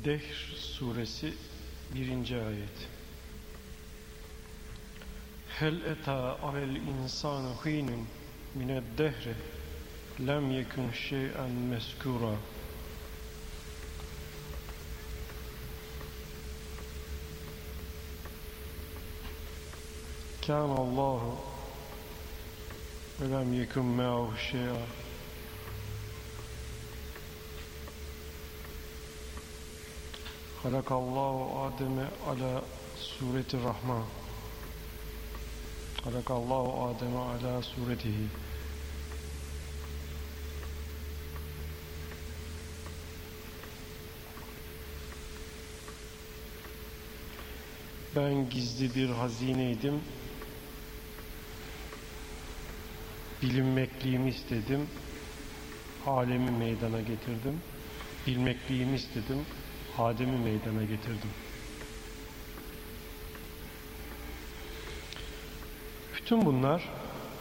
Dehr suresi 1. ayet. Hel eta alel insanu hinun mined dehre lem yekun şey'en meskura. Kâne Allahu ve lem yekun me'ahu şey'a. Halakallahu Adem'e ala sureti Rahman. Halakallahu Adem'e ala suretihi. Ben gizli bir hazineydim. Bilinmekliğimi istedim. Alemi meydana getirdim. Bilmekliğimi istedim. Adem'i meydana getirdim. Bütün bunlar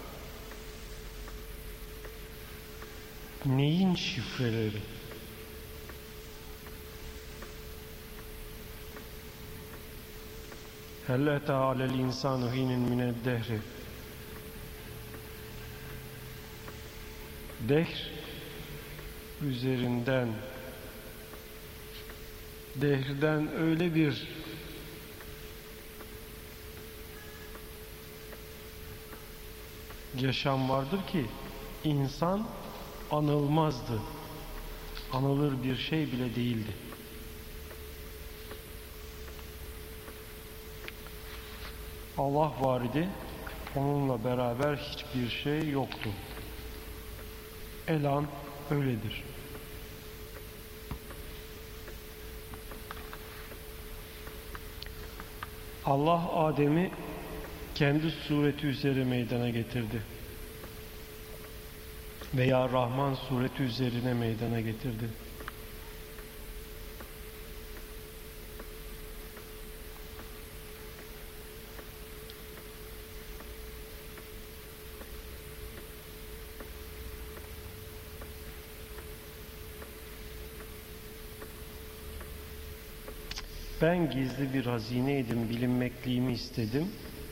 neyin şifreleri? Hel eta alel insanu hinin mined dehri. Dehr üzerinden, dehrden öyle bir yaşam vardır ki insan anılmazdı. Anılır bir şey bile değildi. Allah var idi. Onunla beraber hiçbir şey yoktu. Elan öyledir. Allah Adem'i kendi sureti üzere meydana getirdi. Veya Rahman sureti üzerine meydana getirdi. Ben gizli bir hazineydim, bilinmekliğimi istedim.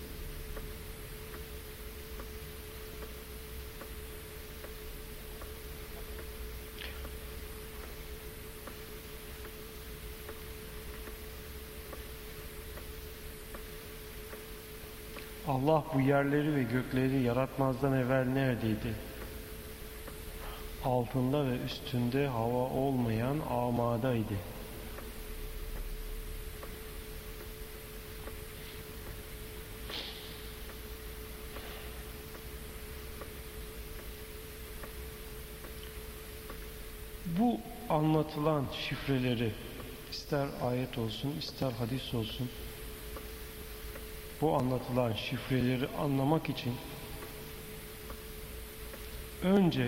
Allah bu yerleri ve gökleri yaratmazdan evvel neredeydi? Altında ve üstünde hava olmayan amadaydı. Bu anlatılan şifreleri, ister ayet olsun, ister hadis olsun, bu anlatılan şifreleri anlamak için önce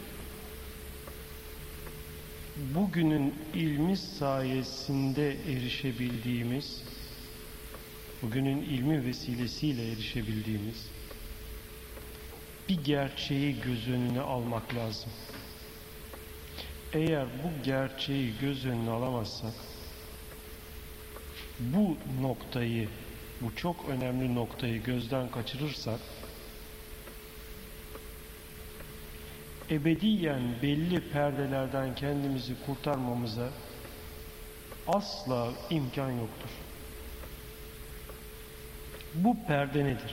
bugünün ilmi sayesinde erişebildiğimiz, bugünün ilmi vesilesiyle erişebildiğimiz bir gerçeği göz önüne almak lazım. Eğer bu gerçeği göz önüne alamazsak, bu noktayı, bu çok önemli noktayı gözden kaçırırsak, ebediyen belli perdelerden kendimizi kurtarmamıza asla imkan yoktur. Bu perde nedir?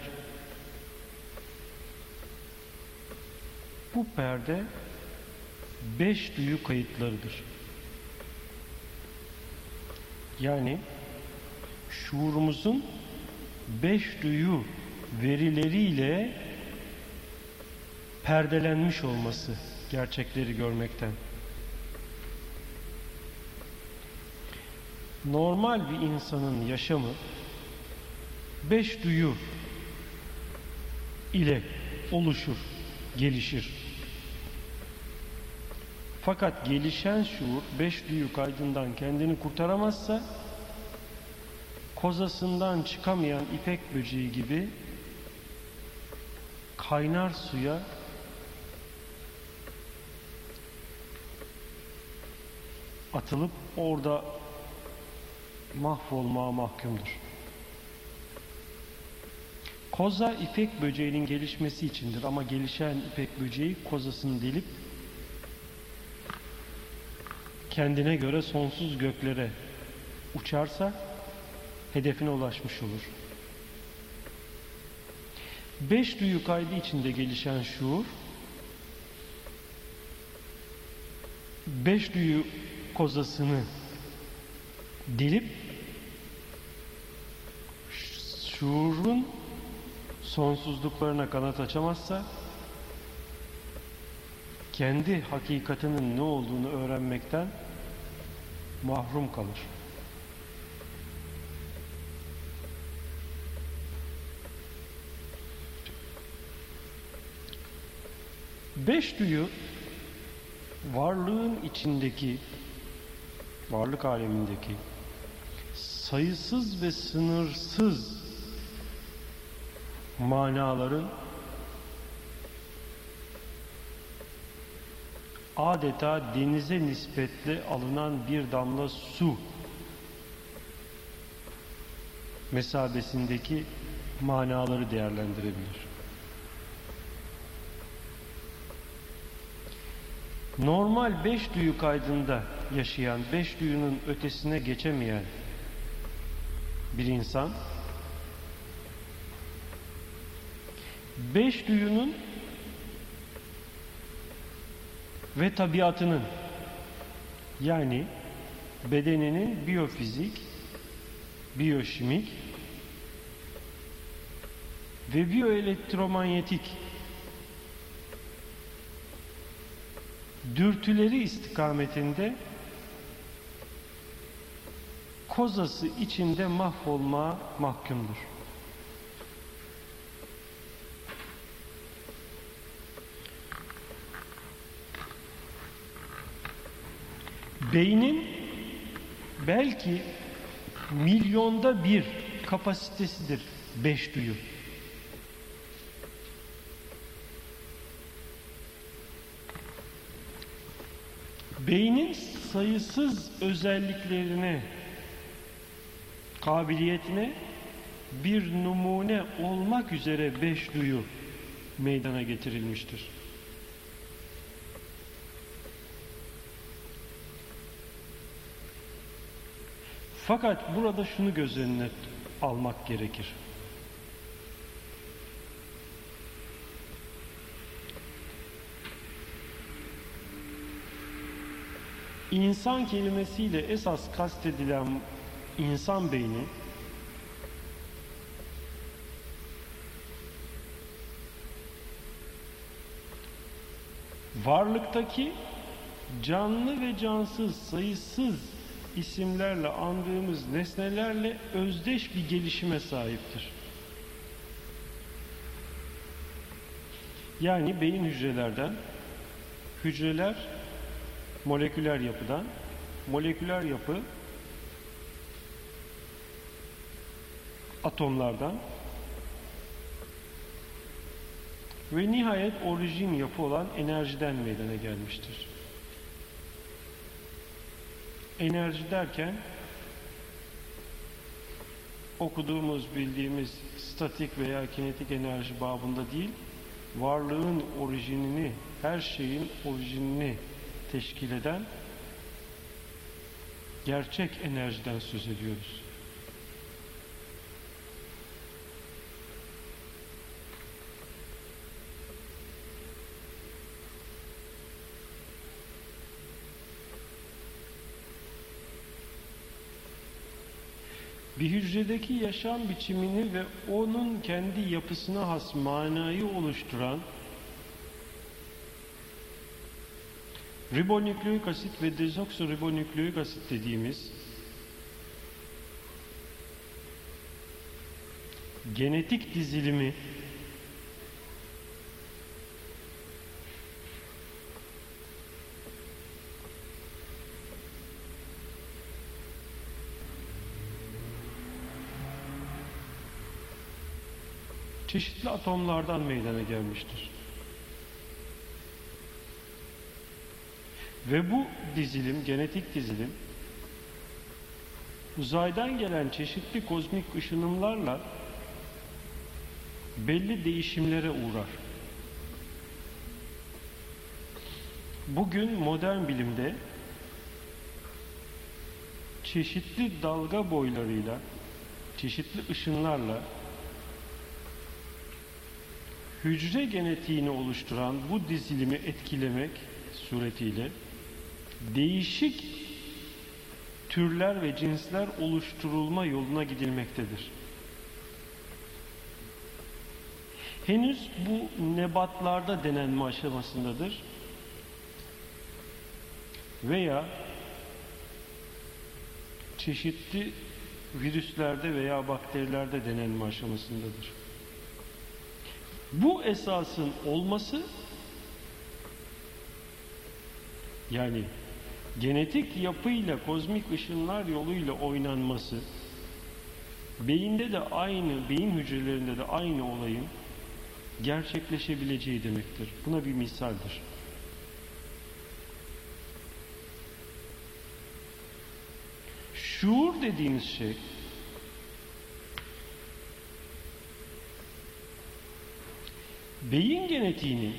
Bu perde 5 duyu kayıtlarıdır. Yani şuurumuzun 5 duyu verileriyle perdelenmiş olması gerçekleri görmekten. Normal bir insanın yaşamı 5 duyu ile oluşur, gelişir. Fakat gelişen şuur 5 duyu kaydından kendini kurtaramazsa kozasından çıkamayan ipek böceği gibi kaynar suya atılıp orada mahvolmaya mahkumdur. Koza ipek böceğinin gelişmesi içindir ama gelişen ipek böceği kozasını delip kendine göre sonsuz göklere uçarsa hedefine ulaşmış olur. 5 duyu kaydı içinde gelişen şuur, 5 duyu kozasını delip şuurun sonsuzluklarına kanat açamazsa kendi hakikatinin ne olduğunu öğrenmekten mahrum kalır. Beş duyu varlığın içindeki, varlık alemindeki sayısız ve sınırsız manaların adeta denize nispetle alınan bir damla su mesabesindeki manaları değerlendirebilir. Normal 5 duyu kaydında yaşayan, 5 duyunun ötesine geçemeyen bir insan 5 duyunun ve tabiatının, yani bedeninin biyofizik, biyoşimik ve biyoelektromanyetik dürtüleri istikametinde kozası içinde mahvolmaya mahkumdur. Beynin belki milyonda bir kapasitesidir 5 duyu. Beynin sayısız özelliklerine, kabiliyetine bir numune olmak üzere 5 duyu meydana getirilmiştir. Fakat burada şunu göz önüne almak gerekir. İnsan kelimesiyle esas kastedilen insan beyni varlıktaki canlı ve cansız sayısız isimlerle andığımız nesnelerle özdeş bir gelişime sahiptir. Yani beyin hücreler moleküler yapıdan, moleküler yapı atomlardan ve nihayet orijin yapı olan enerjiden meydana gelmiştir. Enerji derken okuduğumuz, bildiğimiz statik veya kinetik enerji babında değil, varlığın orijinini, her şeyin orijinini teşkil eden gerçek enerjiden söz ediyoruz. Bir hücredeki yaşam biçimini ve onun kendi yapısına has manayı oluşturan ribonükleik asit ve dezoksiribonükleik asit dediğimiz genetik dizilimi çeşitli atomlardan meydana gelmiştir. Ve bu dizilim, genetik dizilim uzaydan gelen çeşitli kozmik ışınımlarla belli değişimlere uğrar. Bugün modern bilimde çeşitli dalga boylarıyla, çeşitli ışınlarla hücre genetiğini oluşturan bu dizilimi etkilemek suretiyle değişik türler ve cinsler oluşturulma yoluna gidilmektedir. Henüz bu nebatlarda denenme aşamasındadır veya çeşitli virüslerde veya bakterilerde denenme aşamasındadır. Bu esasın olması, yani genetik yapıyla kozmik ışınlar yoluyla oynanması, beyinde de aynı, beyin hücrelerinde de aynı olayın gerçekleşebileceği demektir. Buna bir misaldir. Şuur dediğimiz şey, beyin genetiğinin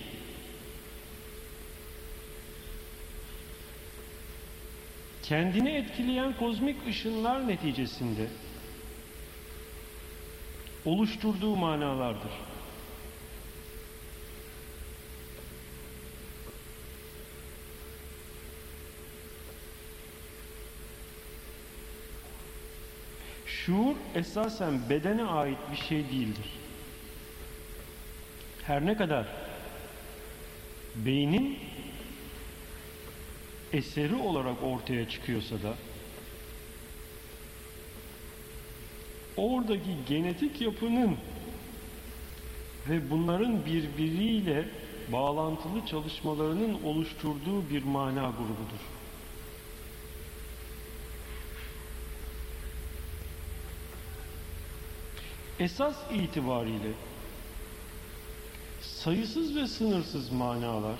kendini etkileyen kozmik ışınlar neticesinde oluşturduğu manalardır. Şuur esasen bedene ait bir şey değildir. Her ne kadar beynin eseri olarak ortaya çıkıyorsa da oradaki genetik yapının ve bunların birbiriyle bağlantılı çalışmalarının oluşturduğu bir mana grubudur. Esas itibariyle sayısız ve sınırsız manalar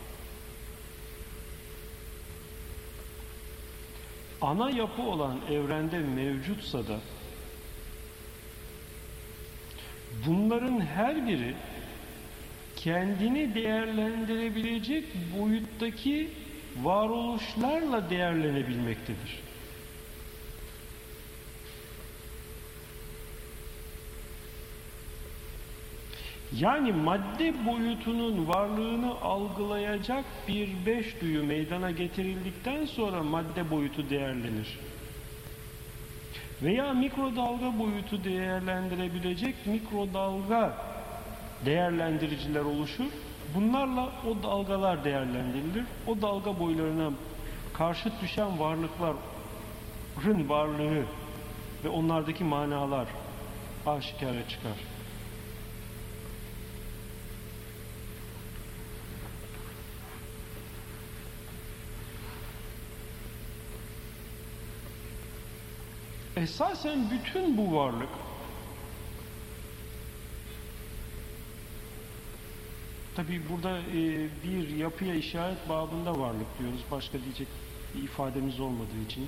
ana yapı olan evrende mevcutsa da bunların her biri kendini değerlendirebilecek boyuttaki varoluşlarla değerlenebilmektedir. Yani madde boyutunun varlığını algılayacak bir beş duyu meydana getirildikten sonra madde boyutu değerlenir. Veya mikrodalga boyutu değerlendirebilecek mikrodalga değerlendiriciler oluşur. Bunlarla o dalgalar değerlendirilir. O dalga boylarına karşıt düşen varlıkların varlığı ve onlardaki manalar aşikara çıkar. Esasen bütün bu varlık tabi burada bir yapıya işaret babında varlık diyoruz. Başka diyecek bir ifademiz olmadığı için.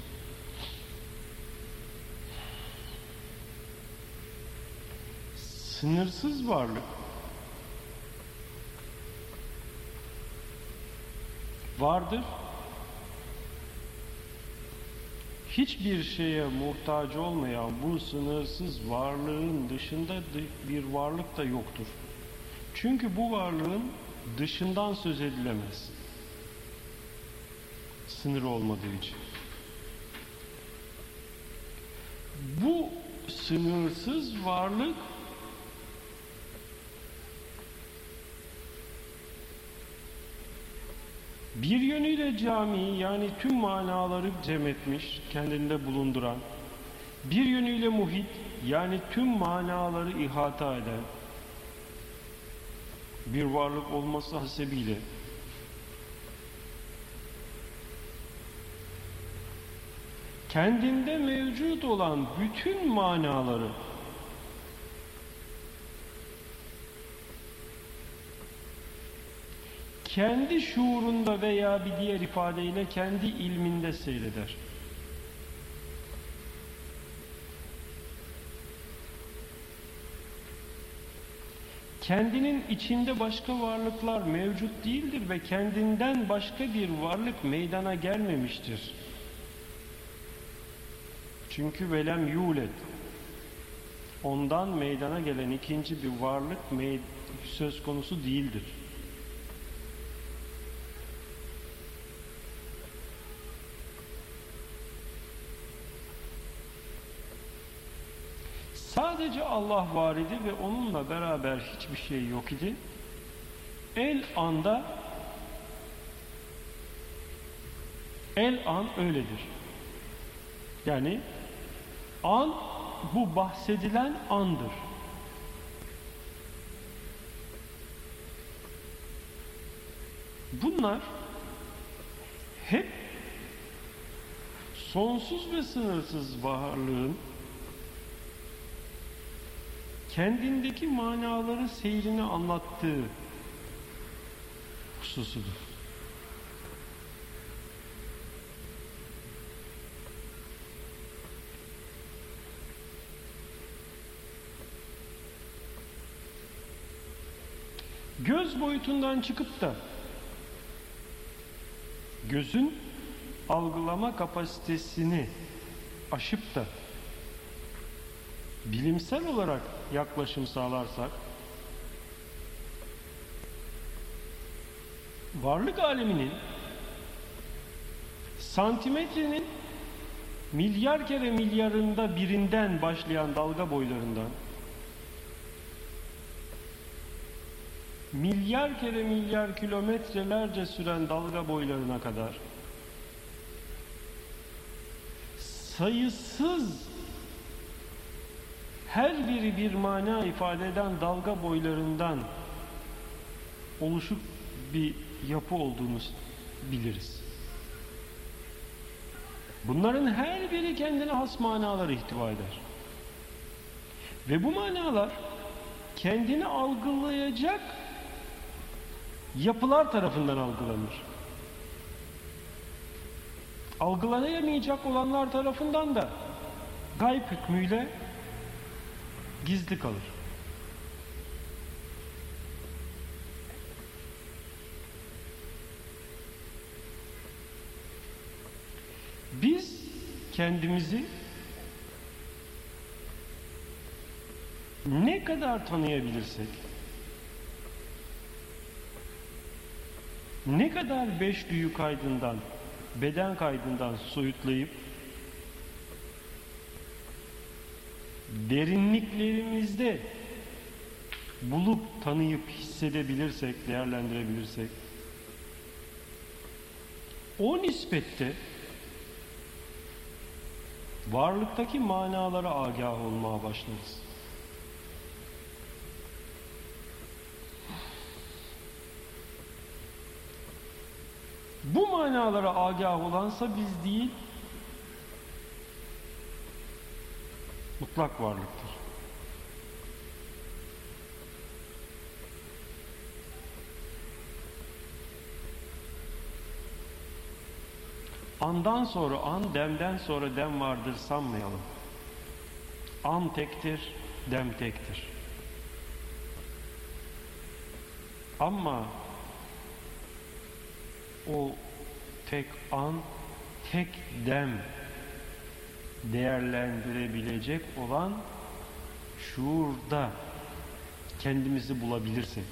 Sınırsız varlık vardır. Hiçbir şeye muhtaç olmayan bu sınırsız varlığın dışında bir varlık da yoktur. Çünkü bu varlığın dışından söz edilemez. Sınır olmadığı için. Bu sınırsız varlık bir yönüyle camiyi, yani tüm manaları cem etmiş, kendinde bulunduran, bir yönüyle muhit, yani tüm manaları ihata eden bir varlık olması hasebiyle kendinde mevcut olan bütün manaları kendi şuurunda veya bir diğer ifadeyle kendi ilminde seyreder. kendinin içinde başka varlıklar mevcut değildir ve kendinden başka bir varlık meydana gelmemiştir. Çünkü velem yulet, ondan meydana gelen ikinci bir varlık söz konusu değildir. Sadece Allah var idi ve onunla beraber hiçbir şey yok idi. El an öyledir. Yani an, bu bahsedilen andır. Bunlar hep sonsuz ve sınırsız varlığın kendindeki manaları seyrini anlattığı hususudur. Göz boyutundan çıkıp da gözün algılama kapasitesini aşıp da bilimsel olarak yaklaşım sağlarsak varlık aleminin santimetrenin milyar kere milyarında birinden başlayan dalga boylarından milyar kere milyar kilometrelerce süren dalga boylarına kadar sayısız, her biri bir mana ifade eden dalga boylarından oluşuk bir yapı olduğunu biliriz. Bunların her biri kendine has manaları ihtiva eder. Ve bu manalar kendini algılayacak yapılar tarafından algılanır. Algılayamayacak olanlar tarafından da gayb hükmüyle gizli kalır. Biz kendimizi ne kadar tanıyabilirsek, ne kadar beş duyu kaydından, beden kaydından soyutlayıp derinliklerimizde bulup tanıyıp hissedebilirsek, değerlendirebilirsek o nispette varlıktaki manalara agah olmaya başlarız. Bu manalara agah olansa biz değil, mutlak varlıktır. Andan sonra an, demden sonra dem vardır sanmayalım. An tektir, dem tektir. Ama o tek an, tek dem değerlendirebilecek olan şuurda kendimizi bulabilirsek,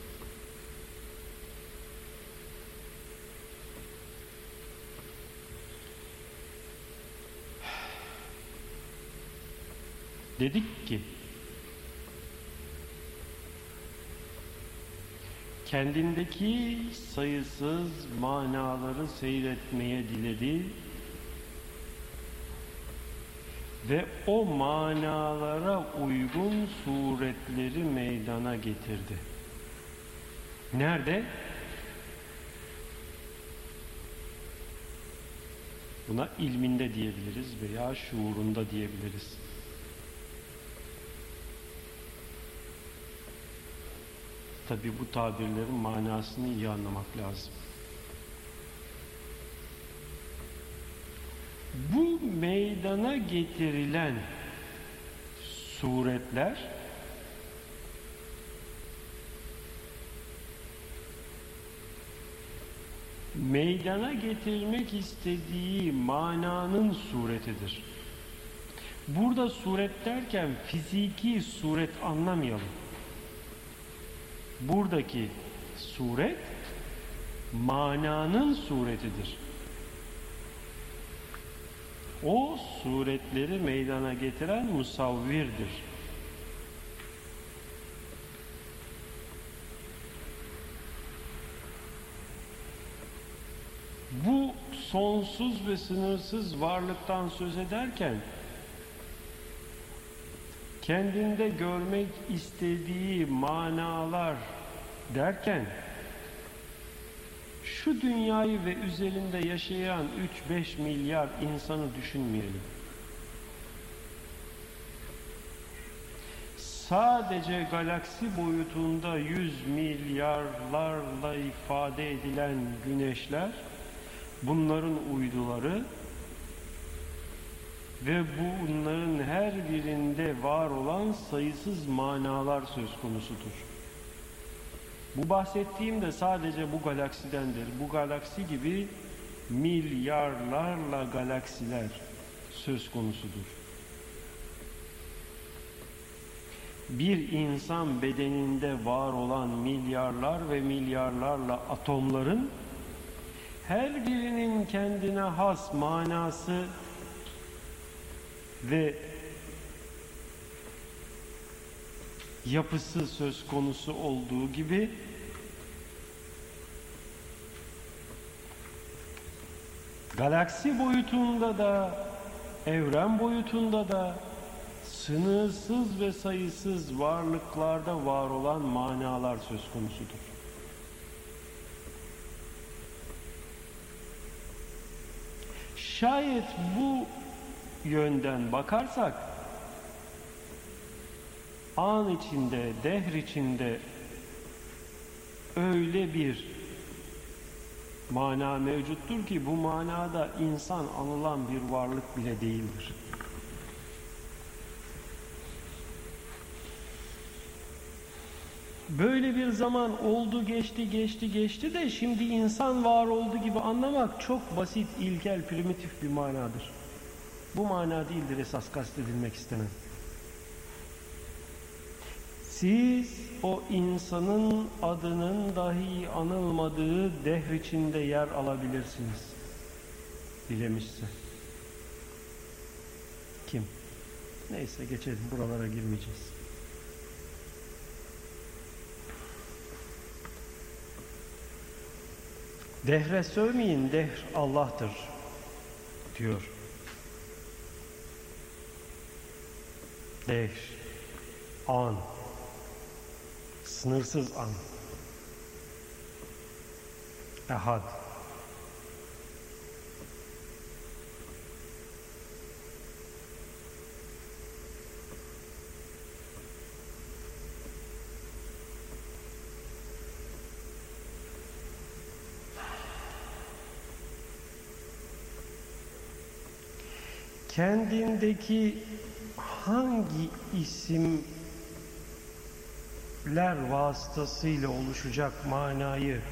dedik ki kendindeki sayısız manaları seyretmeye diledi ve o manalara uygun suretleri meydana getirdi. Nerede? Buna ilminde diyebiliriz veya şuurunda diyebiliriz. Tabii bu tabirlerin manasını iyi anlamak lazım. Bu meydana getirilen suretler meydana getirmek istediği mananın suretidir. Burada suret derken fiziki suret anlamayalım. Buradaki suret mananın suretidir. O suretleri meydana getiren musavvirdir. Bu sonsuz ve sınırsız varlıktan söz ederken kendinde görmek istediği manalar derken şu dünyayı ve üzerinde yaşayan 3-5 milyar insanı düşünmeyelim. Sadece galaksi boyutunda 100 milyarlarla ifade edilen güneşler, bunların uyduları ve bunların her birinde var olan sayısız manalar söz konusudur. Bu bahsettiğim de sadece bu galaksidendir. Bu galaksi gibi milyarlarla galaksiler söz konusudur. Bir insan bedeninde var olan milyarlar ve milyarlarla atomların her birinin kendine has manası ve yapısı söz konusu olduğu gibi galaksi boyutunda da evren boyutunda da sınırsız ve sayısız varlıklarda var olan manalar söz konusudur. Şayet bu yönden bakarsak an içinde, dehr içinde öyle bir mana mevcuttur ki bu manada insan anılan bir varlık bile değildir. Böyle bir zaman oldu geçti de şimdi insan var oldu gibi anlamak çok basit, ilkel, primitif bir manadır. Bu mana değildir esas kastedilmek istenen. Siz o insanın adının dahi anılmadığı dehr içinde yer alabilirsiniz. Dilemişse. Kim? Neyse geçelim, buralara girmeyeceğiz. Dehre sövmeyin, dehr Allah'tır diyor. Dehr, an, sınırsız an, ehad. Kendindeki hangi isimler vasıtasıyla oluşacak manayı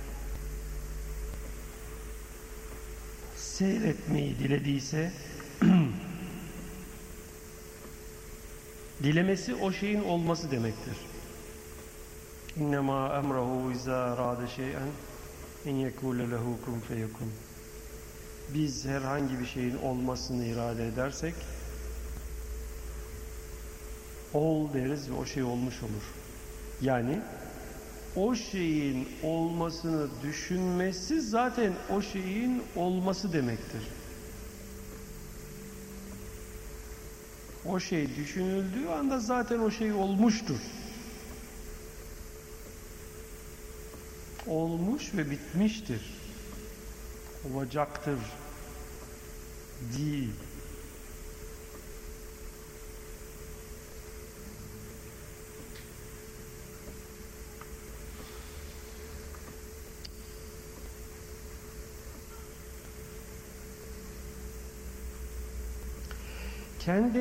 seyretmeyi dilediyse dilemesi o şeyin olması demektir. İnnemâ emrehu izâ râde şey'en en yekûle lehu kun feyekun. Biz herhangi bir şeyin olmasını irade edersek ol deriz ve o şey olmuş olur. Yani o şeyin olmasını düşünmesi zaten o şeyin olması demektir. O şey düşünüldüğü anda zaten o şey olmuştur. Olmuş ve bitmiştir. Olacaktır değil.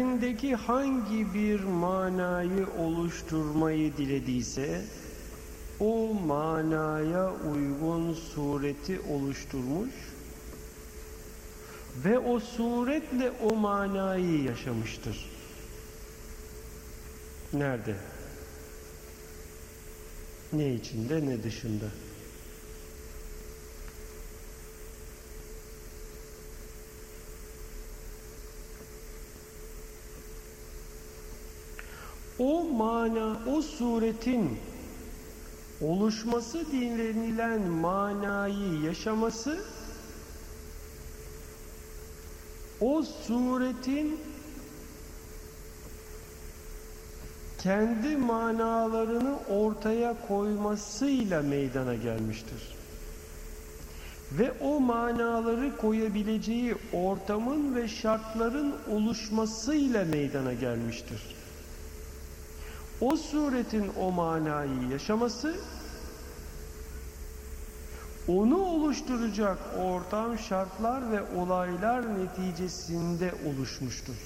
Kendindeki hangi bir manayı oluşturmayı dilediyse o manaya uygun sureti oluşturmuş ve o suretle o manayı yaşamıştır. Nerede? Ne içinde ne dışında. O mana, o suretin oluşması denilen manayı yaşaması, o suretin kendi manalarını ortaya koymasıyla meydana gelmiştir. Ve o manaları koyabileceği ortamın ve şartların oluşmasıyla meydana gelmiştir. O suretin o manayı yaşaması, onu oluşturacak ortam, şartlar ve olaylar neticesinde oluşmuştur.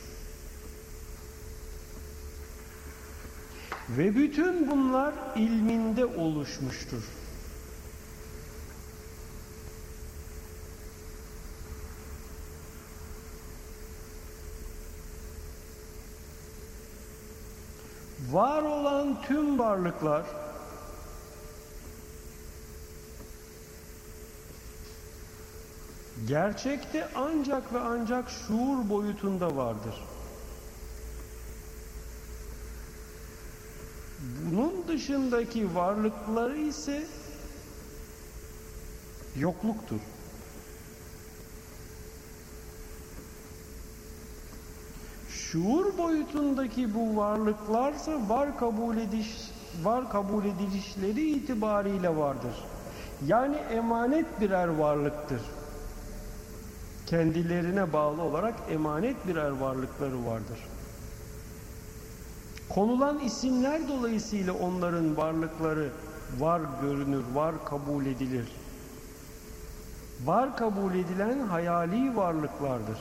Ve bütün bunlar ilminde oluşmuştur. Var olan tüm varlıklar gerçekte ancak ve ancak şuur boyutunda vardır. Bunun dışındaki varlıkları ise yokluktur. Şuur boyutundaki bu varlıklarsa var kabul edilişleri itibariyle vardır. Yani emanet birer varlıktır. Kendilerine bağlı olarak emanet birer varlıkları vardır. Konulan isimler dolayısıyla onların varlıkları var görünür, var kabul edilir. Var kabul edilen hayali varlıklardır.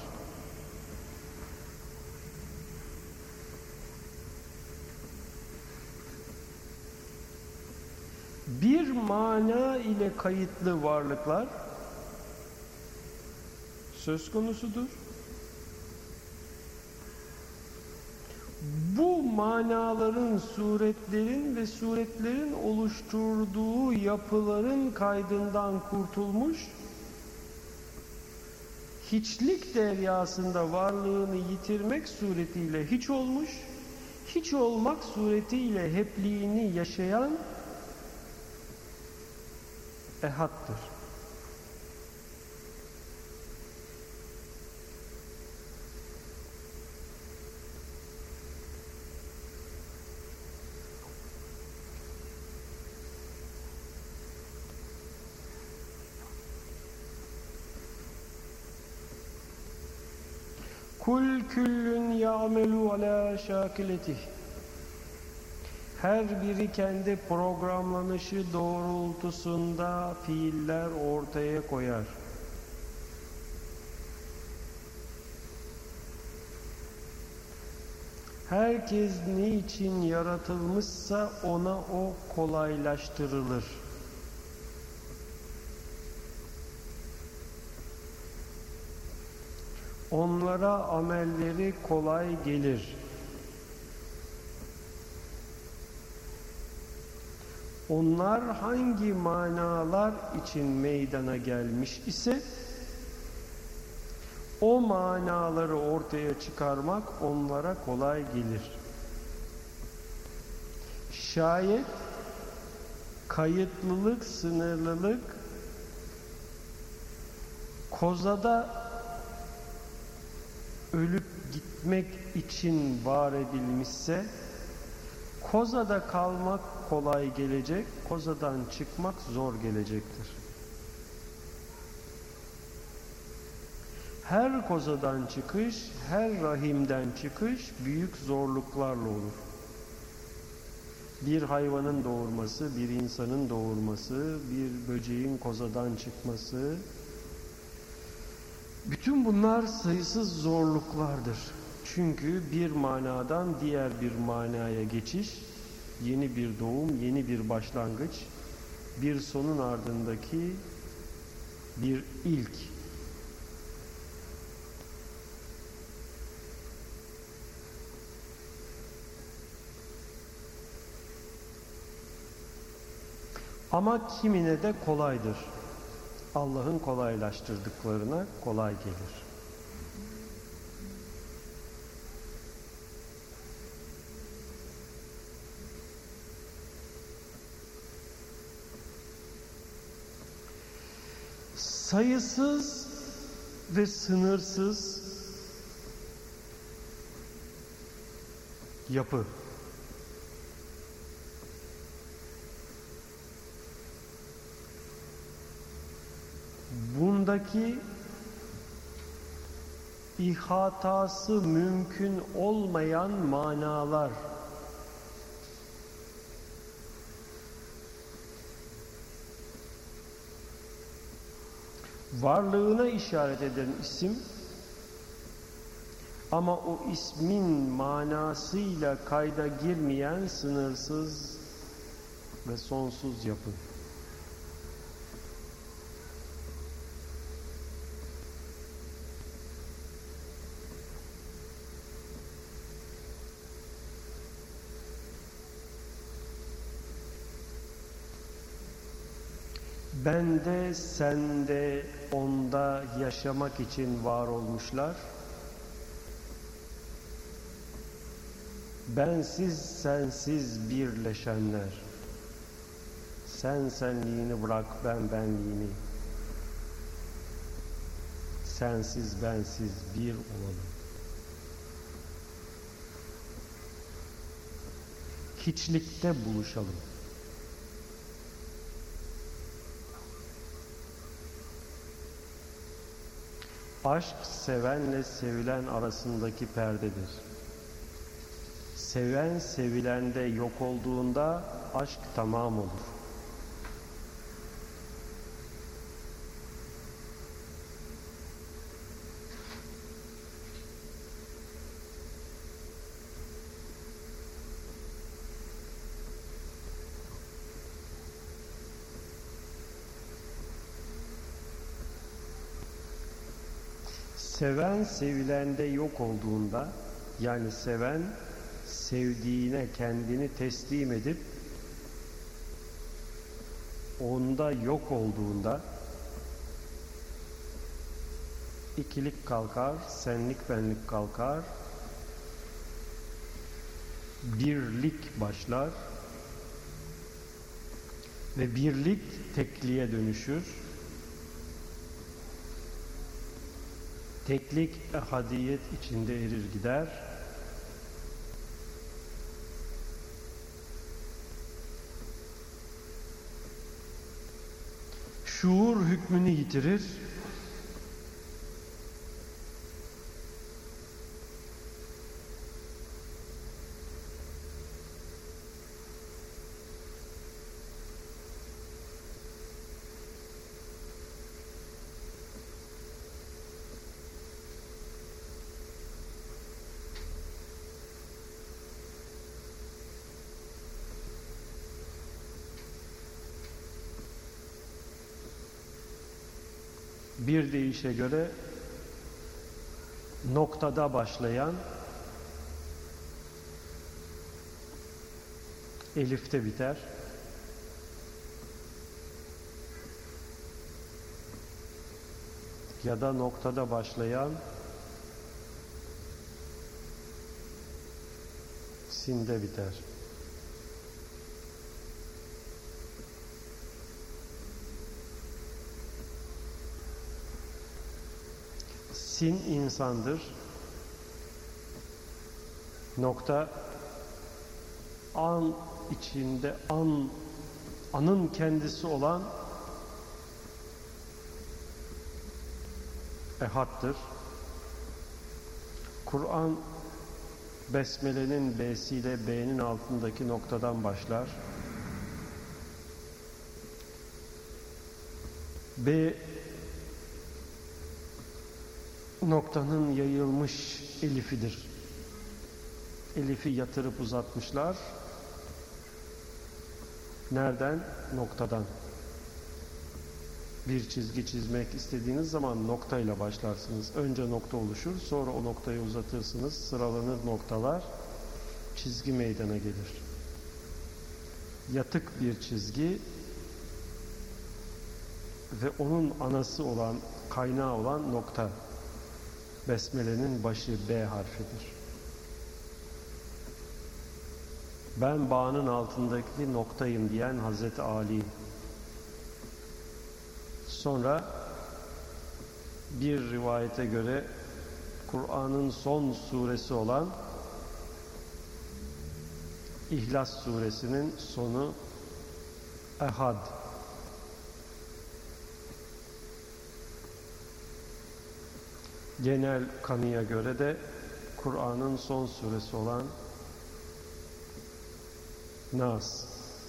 Bir mana ile kayıtlı varlıklar söz konusudur. Bu manaların, suretlerin ve suretlerin oluşturduğu yapıların kaydından kurtulmuş, hiçlik deryasında varlığını yitirmek suretiyle hiç olmuş, hiç olmak suretiyle hepliğini yaşayan ehattır. Kul küllün ya'melu ala şakiletih. Her biri kendi programlanışı doğrultusunda fiiller ortaya koyar. Herkes ne için yaratılmışsa ona o kolaylaştırılır. Onlara amelleri kolay gelir. Onlar hangi manalar için meydana gelmiş ise o manaları ortaya çıkarmak onlara kolay gelir. Şayet kayıtlılık, sınırlılık kozada ölüp gitmek için var edilmişse, kozada kalmak kolay gelecek, kozadan çıkmak zor gelecektir. Her kozadan çıkış, her rahimden çıkış büyük zorluklarla olur. Bir hayvanın doğurması, bir insanın doğurması, bir böceğin kozadan çıkması, bütün bunlar sayısız zorluklardır. Çünkü bir manadan diğer bir manaya geçiş, yeni bir doğum, yeni bir başlangıç bir sonun ardındaki bir ilk. Ama kimine de kolaydır. Allah'ın kolaylaştırdıklarına kolay gelir. Sayısız ve sınırsız yapı. Bundaki ihatası mümkün olmayan manalar, varlığına işaret eden isim ama o ismin manasıyla kayda girmeyen sınırsız ve sonsuz yapı. Bende, sende, onda yaşamak için var olmuşlar. Bensiz, sensiz birleşenler. Sen senliğini bırak, ben benliğimi. Sensiz, bensiz bir olalım. Hiçlikte buluşalım. Aşk, sevenle sevilen arasındaki perdedir. Seven, sevilende yok olduğunda aşk tamam olur. Seven sevilende yok olduğunda, yani seven sevdiğine kendini teslim edip onda yok olduğunda ikilik kalkar, senlik benlik kalkar, birlik başlar ve birlik tekliğe dönüşür. Teklik ehadiyet içinde erir gider. Şuur hükmünü yitirir. Bir deyişe göre noktada başlayan elifte biter. Ya da noktada başlayan sinde biter. Sin insandır. Nokta an içinde anın kendisi olan ehattır. Kur'an Besmele'nin B'siyle B'nin altındaki noktadan başlar. B noktanın yayılmış elifidir. Elifi yatırıp uzatmışlar. Nereden? Noktadan. bir çizgi çizmek istediğiniz zaman noktayla başlarsınız. Önce nokta oluşur, sonra o noktayı uzatırsınız, sıralanır noktalar, çizgi meydana gelir. Yatık bir çizgi ve onun anası olan, kaynağı olan nokta. Besmele'nin başı B harfidir. Ben bağının altındaki noktayım diyen Hazreti Ali. Sonra bir rivayete göre Kur'an'ın son suresi olan İhlas suresinin sonu Ehad. Genel kanıya göre de Kur'an'ın son suresi olan Nas.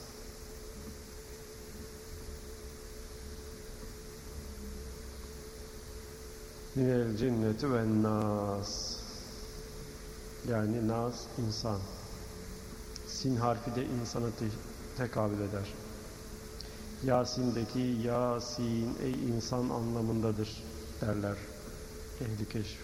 Minel cinneti ve nas. Yani nas, insan. Sin harfi de insana tekabül eder. Yasin'deki Yasin, ey insan anlamındadır derler ehli keşf.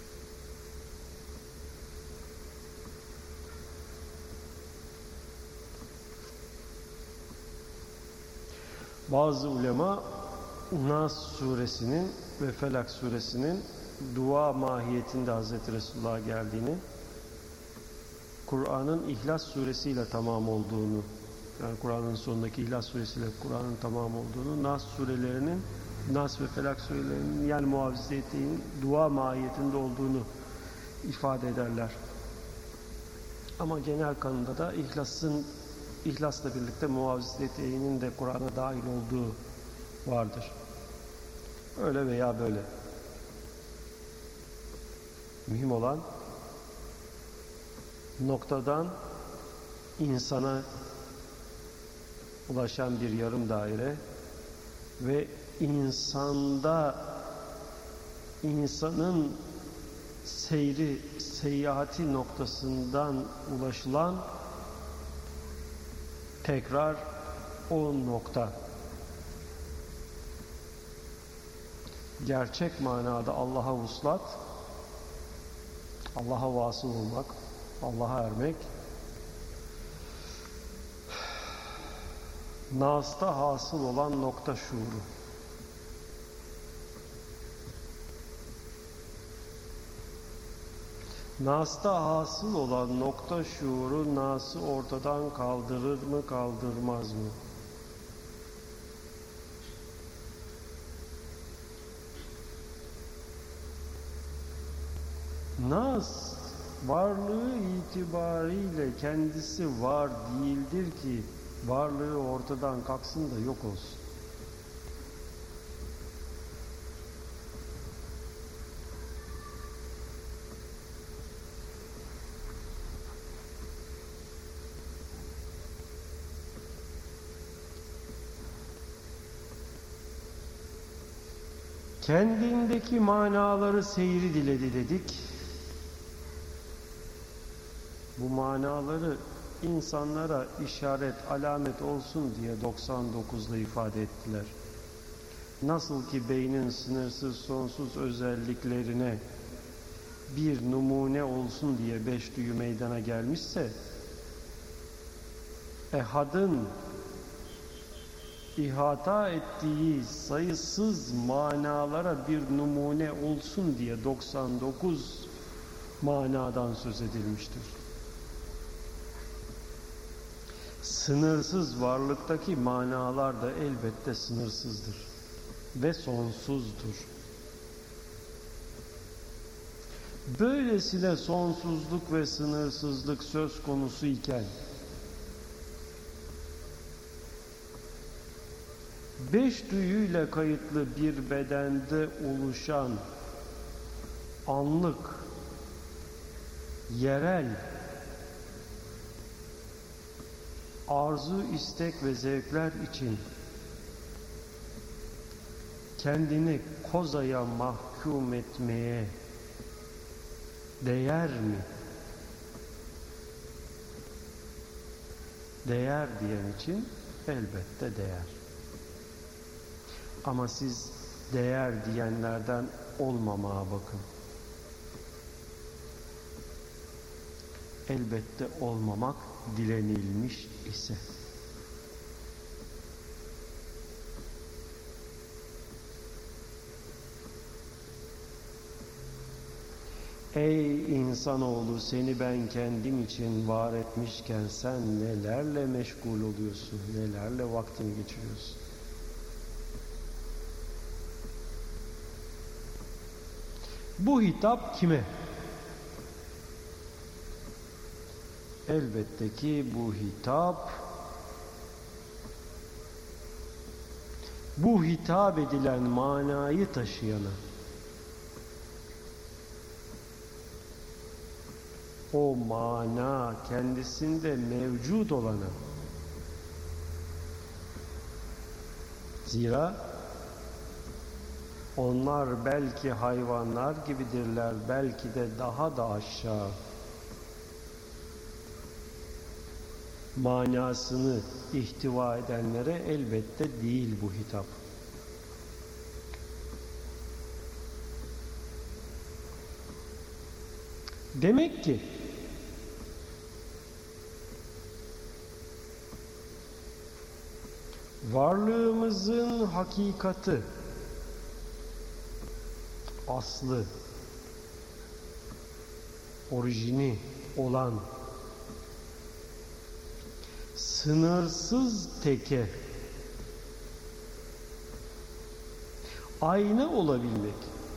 Bazı ulema Nas suresinin ve Felak suresinin dua mahiyetinde Hazreti Resulullah'a geldiğini, Kur'an'ın İhlas suresiyle tamam olduğunu, yani Kur'an'ın sonundaki İhlas suresiyle Kur'an'ın tamam olduğunu, Nas surelerinin, Nas ve Felak surelerinin yani muavvizeteyn dua mahiyetinde olduğunu ifade ederler. Ama genel kanında da İhlas'la birlikte muavvizeteyn'in de Kur'an'a dahil olduğu vardır. Öyle veya böyle. Mühim olan noktadan insana ulaşan bir yarım daire ve insanın seyahati noktasından ulaşılan tekrar o nokta. Gerçek manada Allah'a vuslat, Allah'a vasıl olmak, Allah'a ermek, Nas'ta hasıl olan nokta şuuru. Nas'ta hasıl olan nokta şuuru Nas'ı ortadan kaldırır mı, kaldırmaz mı? Nas, varlığı itibariyle kendisi var değildir ki varlığı ortadan kalksın da yok olsun. Kendindeki manaları seyri diledi dedik. Bu manaları insanlara işaret, alamet olsun diye 99'la ifade ettiler. Nasıl ki beynin sınırsız, sonsuz özelliklerine bir numune olsun diye 5 duyu meydana gelmişse, Ehad'ın ihata ettiği sayısız manalara bir numune olsun diye 99 manadan söz edilmiştir. Sınırsız varlıktaki manalar da elbette sınırsızdır ve sonsuzdur. Böylesine sonsuzluk ve sınırsızlık söz konusu iken 5 duyuyla kayıtlı bir bedende oluşan anlık, yerel arzu, istek ve zevkler için kendini kozaya mahkum etmeye değer mi? Değer diyen için elbette değer. Ama siz değer diyenlerden olmamaya bakın. Elbette olmamak dilenilmiş ise. Ey insanoğlu, seni ben kendim için var etmişken sen nelerle meşgul oluyorsun, nelerle vaktini geçiriyorsun. Bu hitap kime? Elbette ki bu hitap edilen manayı taşıyana. O mana kendisinde mevcut olana. Zira onlar belki hayvanlar gibidirler, belki de daha da aşağı. Manasını ihtiva edenlere elbette değil bu hitap. Demek ki varlığımızın hakikati, aslı, orijini olan sınırsız teke, ayna olabilmek,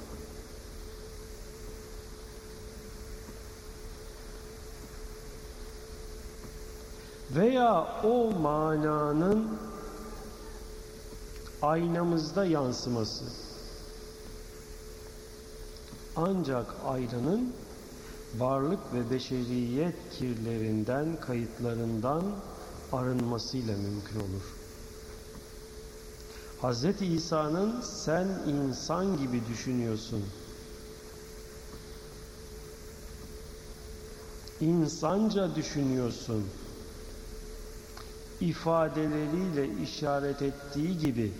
veya o mananın aynamızda yansıması. Ancak aynanın varlık ve beşeriyet kirlerinden, kayıtlarından arınmasıyla mümkün olur. Hz. İsa'nın sen insan gibi düşünüyorsun, insanca düşünüyorsun ifadeleriyle işaret ettiği gibi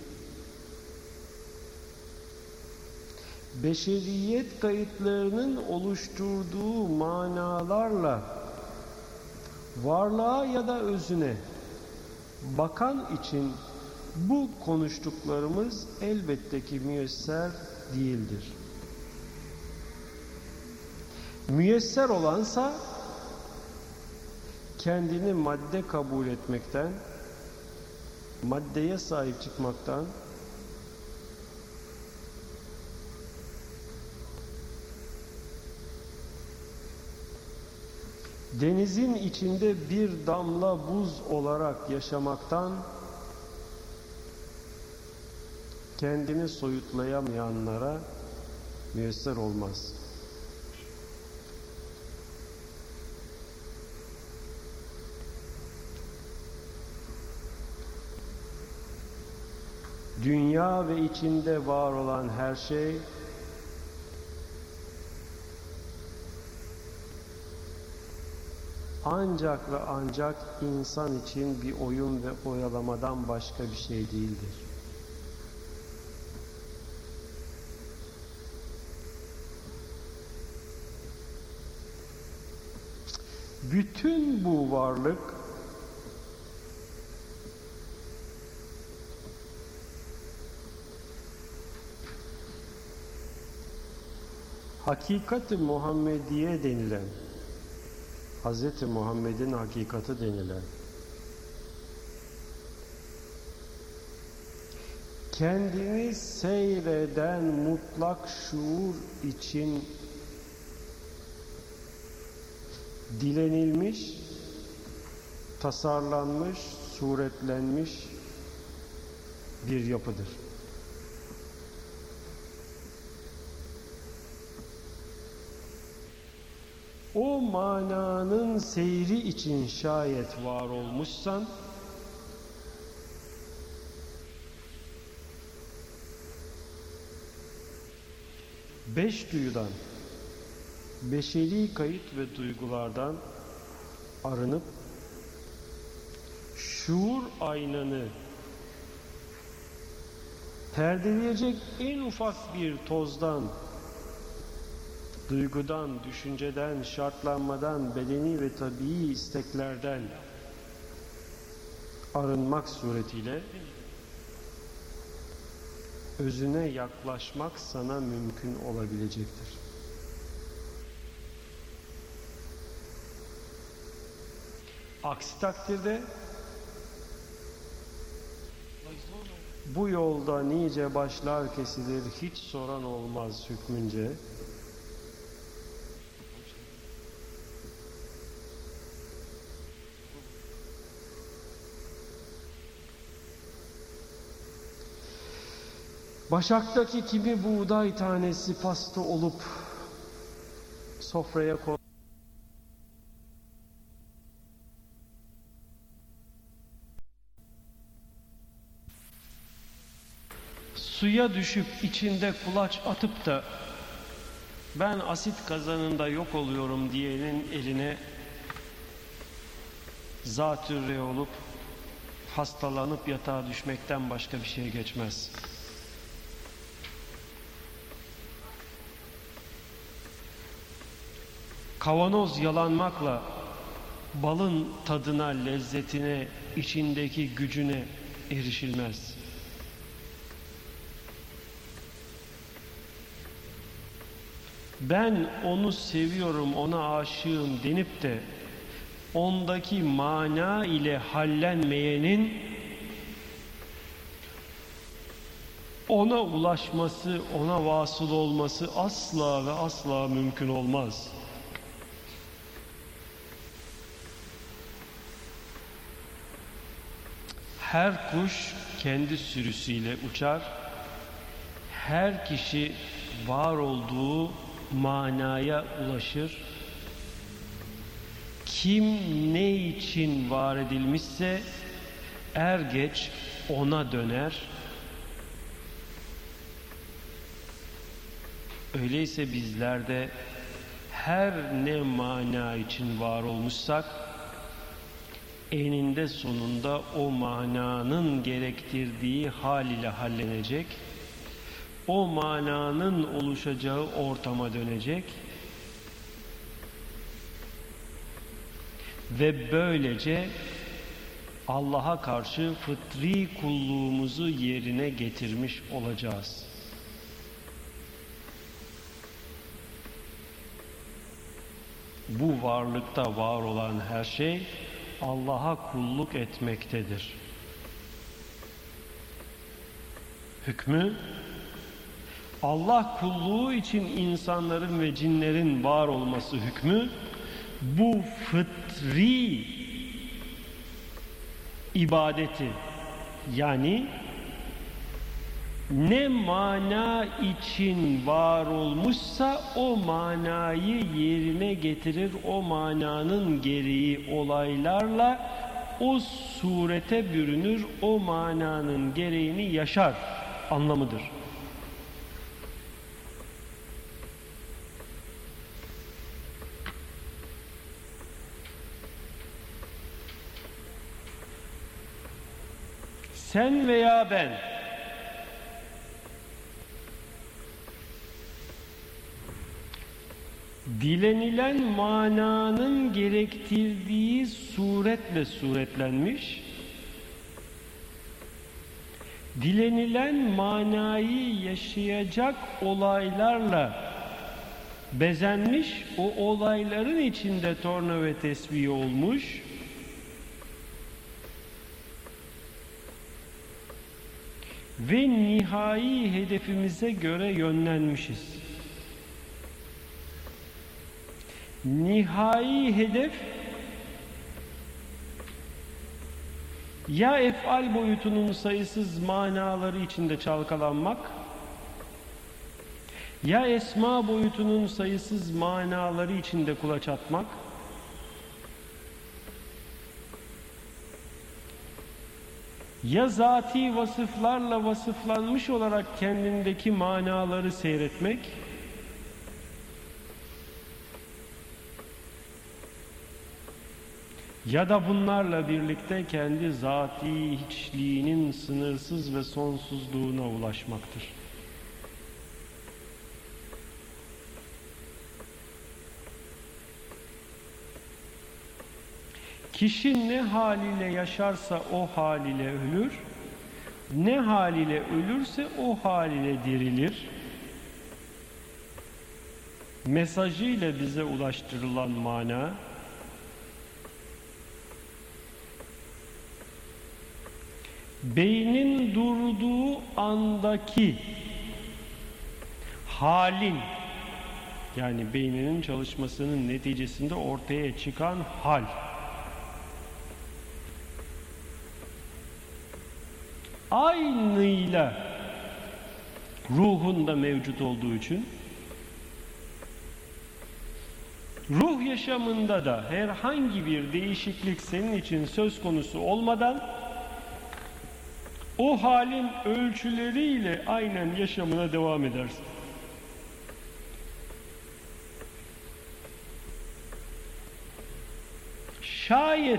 beşeriyet kayıtlarının oluşturduğu manalarla varlığa ya da özüne bakan için bu konuştuklarımız elbette ki müyesser değildir. Müyesser olansa kendini madde kabul etmekten, maddeye sahip çıkmaktan, denizin içinde bir damla buz olarak yaşamaktan kendini soyutlayamayanlara müyesser olmaz. Dünya ve içinde var olan her şey ancak ve ancak insan için bir oyun ve oyalamadan başka bir şey değildir. Bütün bu varlık hakikat-i Muhammediye denilen, Hz. Muhammed'in hakikati denilen, kendini seyreden mutlak şuur için dilenilmiş, tasarlanmış, suretlenmiş bir yapıdır. O mananın seyri için şayet var olmuşsan, beş duyudan, beşeri kayıt ve duygulardan arınıp şuur aynanı perdeleyecek en ufak bir tozdan, duygudan, düşünceden, şartlanmadan, bedeni ve tabii isteklerden arınmak suretiyle özüne yaklaşmak sana mümkün olabilecektir. Aksi takdirde bu yolda nice başlar kesilir, hiç soran olmaz hükmünce. Başaktaki kimi buğday tanesi pasta olup sofraya koy. Suya düşüp içinde kulaç atıp da ben asit kazanında yok oluyorum diyenin eline zatürre olup hastalanıp yatağa düşmekten başka bir şey geçmez. Kavanoz yalanmakla balın tadına, lezzetine, içindeki gücüne erişilmez. Ben onu seviyorum, ona aşığım denip de ondaki mana ile hallenmeyenin ona ulaşması, ona vasıl olması asla ve asla mümkün olmaz. Her kuş kendi sürüsüyle uçar, her kişi var olduğu manaya ulaşır. Kim ne için var edilmişse er geç ona döner. Öyleyse bizler de her ne mana için var olmuşsak eninde sonunda o mananın gerektirdiği hal ile hallenecek, o mananın oluşacağı ortama dönecek ve böylece Allah'a karşı fıtri kulluğumuzu yerine getirmiş olacağız. Bu varlıkta var olan her şey Allah'a kulluk etmektedir. Hükmü, Allah kulluğu için insanların ve cinlerin var olması hükmü, bu fıtri ibadeti, yani ne mana için var olmuşsa o manayı yerine getirir, o mananın gereği olaylarla o surete bürünür, o mananın gereğini yaşar anlamıdır. Sen veya ben dilenilen mananın gerektirdiği suretle suretlenmiş, dilenilen manayı yaşayacak olaylarla bezenmiş, o olayların içinde torna ve tesbih olmuş ve nihai hedefimize göre yönlenmişiz. Nihai hedef ya ef'al boyutunun sayısız manaları içinde çalkalanmak, ya esma boyutunun sayısız manaları içinde kulaç atmak, ya zati vasıflarla vasıflanmış olarak kendindeki manaları seyretmek, ya da bunlarla birlikte kendi zati hiçliğinin sınırsız ve sonsuzluğuna ulaşmaktır. Kişi ne haliyle yaşarsa o haliyle ölür, ne haliyle ölürse o haliyle dirilir. Mesajıyla bize ulaştırılan mana, beynin durduğu andaki halin, yani beyninin çalışmasının neticesinde ortaya çıkan hal, aynıyla ruhunda mevcut olduğu için ruh yaşamında da herhangi bir değişiklik senin için söz konusu olmadan o halin ölçüleriyle aynen yaşamına devam edersin. Şayet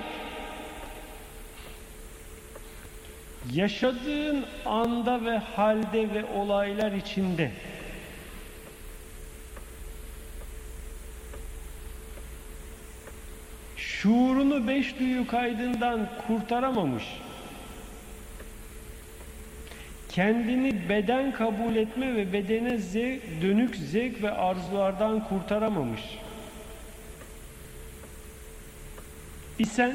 yaşadığın anda ve halde ve olaylar içinde şuurunu beş duyu kaydından kurtaramamış, kendini beden kabul etme ve bedene dönük zevk ve arzulardan kurtaramamış isen,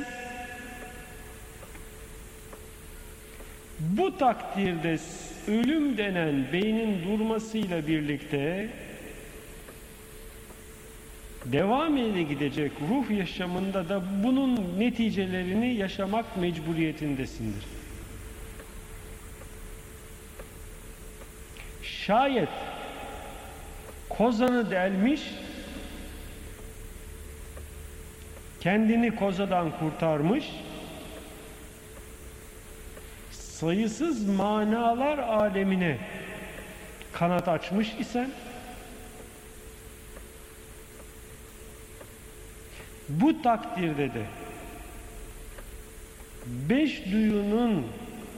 bu takdirde ölüm denen beynin durmasıyla birlikte devam ile gidecek ruh yaşamında da bunun neticelerini yaşamak mecburiyetindesindir. Şayet kozanı delmiş, kendini kozadan kurtarmış, sayısız manalar alemine kanat açmış isen, bu takdirde de beş duyunun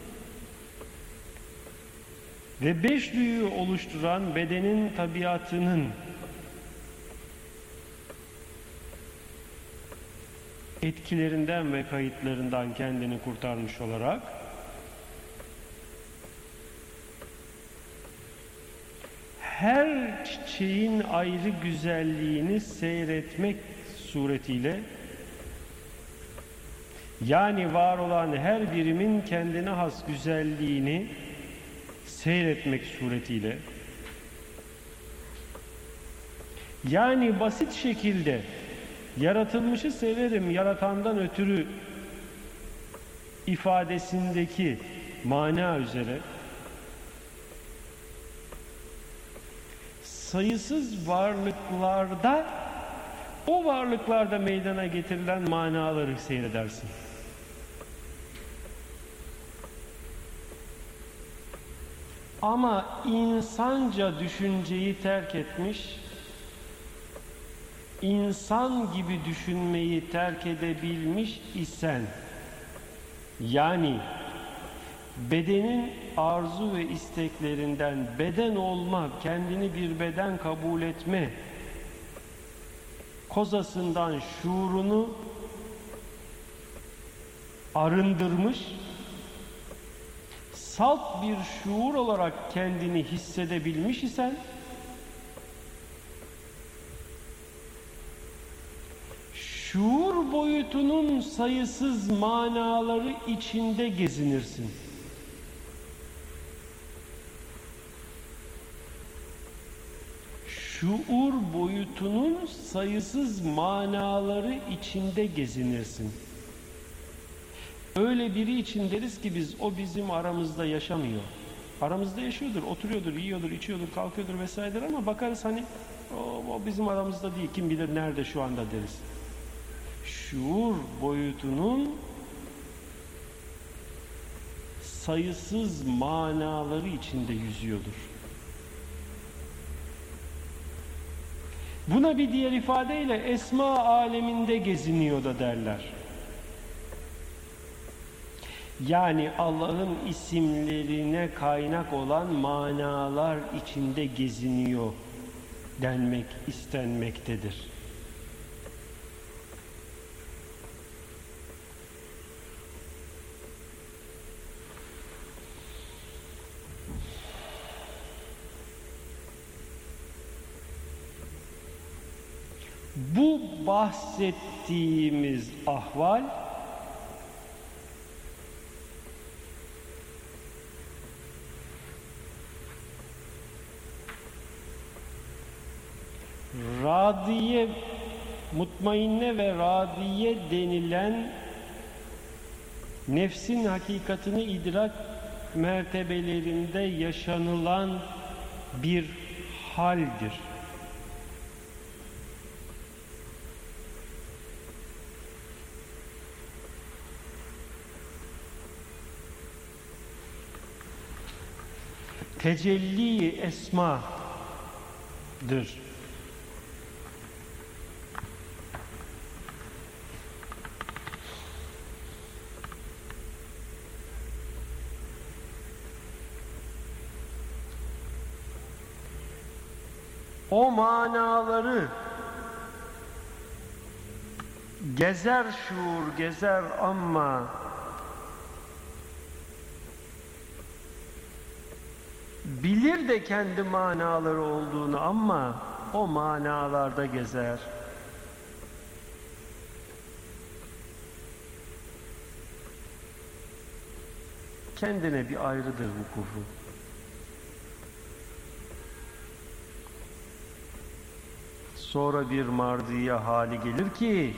ve beş duyuyu oluşturan bedenin tabiatının etkilerinden ve kayıtlarından kendini kurtarmış olarak her çiçeğin ayrı güzelliğini seyretmek suretiyle, yani var olan her birimin kendine has güzelliğini seyretmek suretiyle, yani basit şekilde yaratılmışı severim yaratandan ötürü ifadesindeki mana üzere sayısız varlıklarda, o varlıklarda meydana getirilen manaları seyredersin. Ama insanca düşünceyi terk etmiş, insan gibi düşünmeyi terk edebilmiş isen, yani bedenin arzu ve isteklerinden beden olma, kendini bir beden kabul etme kozasından şuurunu arındırmış, salt bir şuur olarak kendini hissedebilmiş isen, şuur boyutunun sayısız manaları içinde gezinirsin. Şuur boyutunun sayısız manaları içinde gezinirsin. Öyle biri için deriz ki biz, o bizim aramızda yaşamıyor. Aramızda yaşıyordur, oturuyordur, yiyordur, içiyordur, kalkıyordur vesairedir ama bakarız hani o bizim aramızda değil, kim bilir nerede şu anda deriz. Şuur boyutunun sayısız manaları içinde yüzüyordur. Buna bir diğer ifadeyle esma aleminde geziniyor da derler. Yani Allah'ın isimlerine kaynak olan manalar içinde geziniyor denmek istenmektedir. Bu bahsettiğimiz ahval radiye, mutmainne ve radiye denilen nefsin hakikatini idrak mertebelerinde yaşanılan bir haldir. Tecelli esmadır. O manaları gezer şuur, gezer ama bilir de kendi manaları olduğunu ama o manalarda gezer. Kendine bir ayrıdır vukufu. Sonra bir mardiye hali gelir ki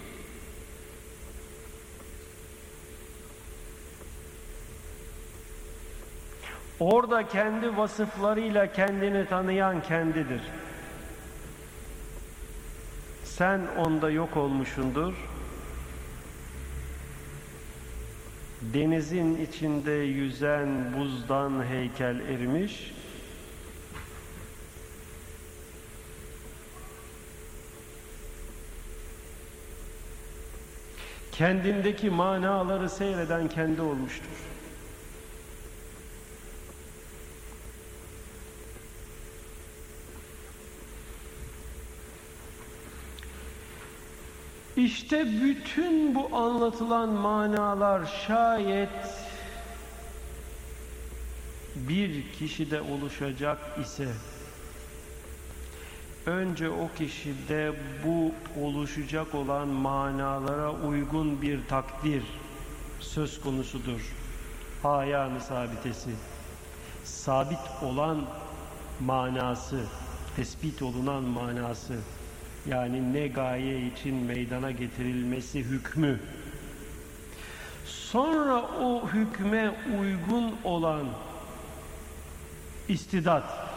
orada kendi vasıflarıyla kendini tanıyan kendidir. Sen onda yok olmuşundur. Denizin içinde yüzen buzdan heykel erimiş. Kendindeki manaları seyreden kendi olmuştur. İşte bütün bu anlatılan manalar şayet bir kişide oluşacak ise önce o kişide bu oluşacak olan manalara uygun bir takdir söz konusudur. Ayâ-nı sabitesi. Sabit olan manası, tespit olunan manası, yani ne gaye için meydana getirilmesi hükmü. Sonra o hükme uygun olan istidat.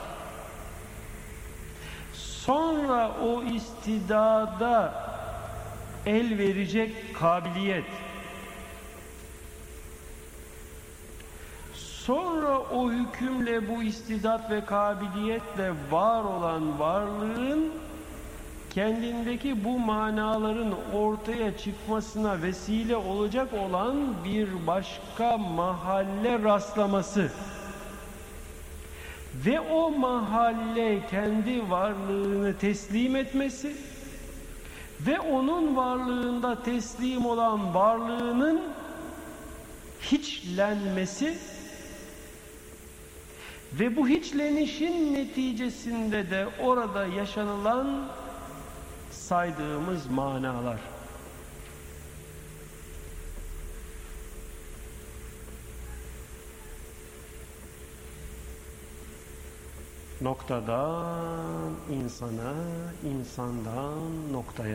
Sonra o istidada el verecek kabiliyet. Sonra o hükümle, bu istidat ve kabiliyetle var olan varlığın kendindeki bu manaların ortaya çıkmasına vesile olacak olan bir başka mahalle rastlaması ve o mahalle kendi varlığını teslim etmesi ve onun varlığında teslim olan varlığının hiçlenmesi ve bu hiçlenişin neticesinde de orada yaşanılan saydığımız manalar. Noktadan insana, insandan noktaya.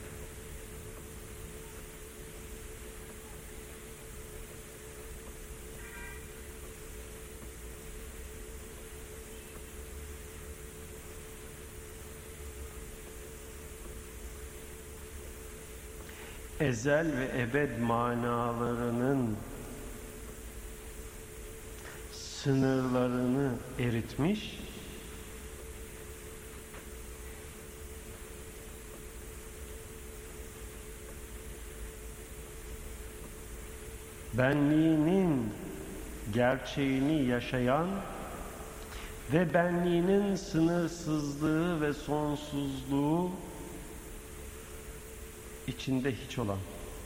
Ezel ve ebed manalarının sınırlarını eritmiş, benliğinin gerçeğini yaşayan ve benliğinin sınırsızlığı ve sonsuzluğu içinde hiç olan.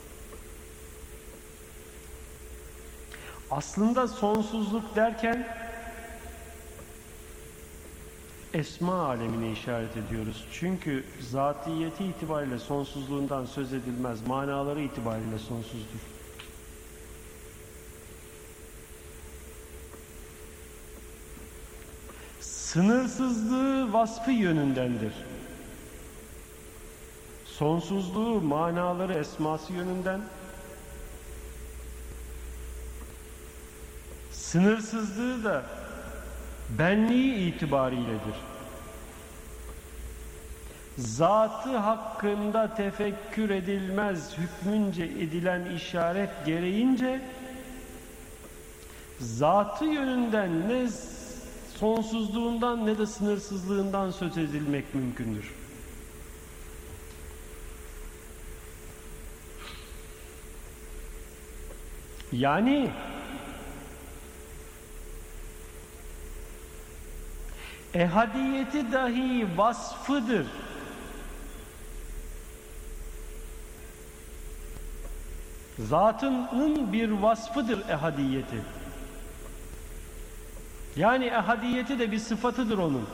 Aslında sonsuzluk derken esma alemine işaret ediyoruz. Çünkü zatiyeti itibariyle sonsuzluğundan söz edilmez. Manaları itibariyle sonsuzdur. Sınırsızlığı vasfı yönündendir. Sonsuzluğu manaları esması yönünden, sınırsızlığı da benliği itibariyledir. Zatı hakkında tefekkür edilmez hükmünce edilen işaret gereğince zatı yönünden ne sonsuzluğundan ne de sınırsızlığından söz edilmek mümkündür. Yani ehadiyeti dahi vasfıdır. Zatının bir vasfıdır ehadiyeti. Yani ehadiyeti de bir sıfatıdır onun.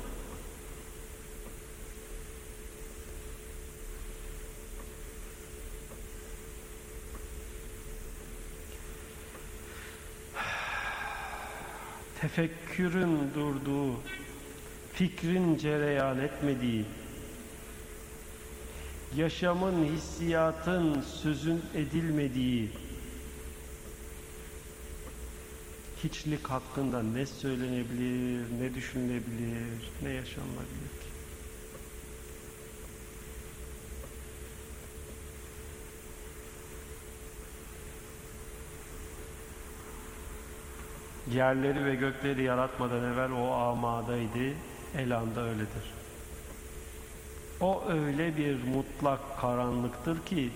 Tefekkürün durduğu, fikrin cereyan etmediği, yaşamın, hissiyatın sözün edilmediği hiçlik hakkında ne söylenebilir, ne düşünülebilir, ne yaşanılabilir ki? Yerleri ve gökleri yaratmadan evvel o amadaydı, elanda öyledir. O öyle bir mutlak karanlıktır ki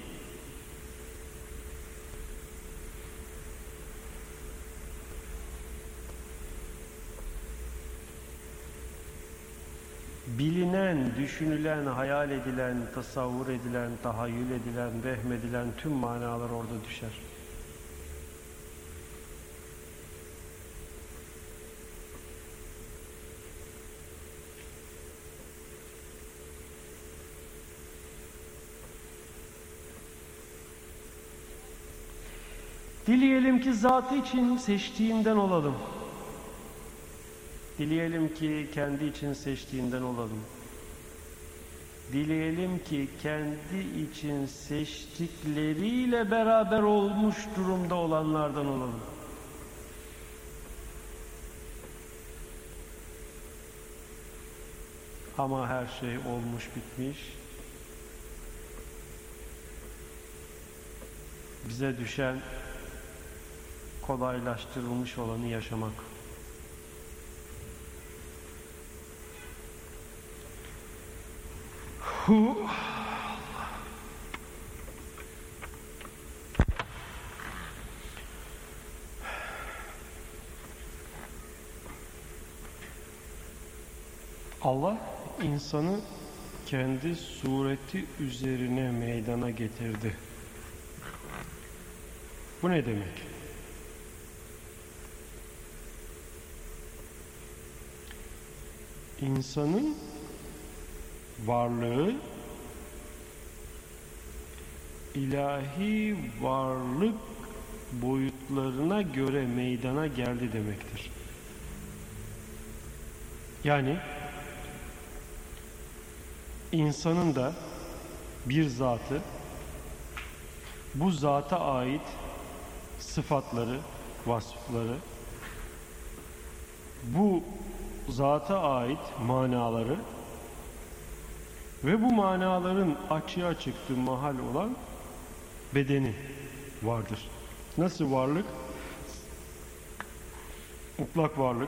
bilinen, düşünülen, hayal edilen, tasavvur edilen, tahayyül edilen, vehmedilen tüm manalar orada düşer. Dileyelim ki zatı için seçtiğinden olalım. Dileyelim ki kendi için seçtiğinden olalım. Dileyelim ki kendi için seçtikleriyle beraber olmuş durumda olanlardan olalım. Ama her şey olmuş bitmiş. Bize düşen kolaylaştırılmış olanı yaşamak. Allah insanı kendi sureti üzerine meydana getirdi. Bu ne demek? İnsanın varlığı ilahi varlık boyutlarına göre meydana geldi demektir. Yani insanın da bir zatı, bu zata ait sıfatları, vasıfları, bu zata ait manaları ve bu manaların açığa çıktığı mahal olan bedeni vardır. Nasıl varlık? Mutlak varlık.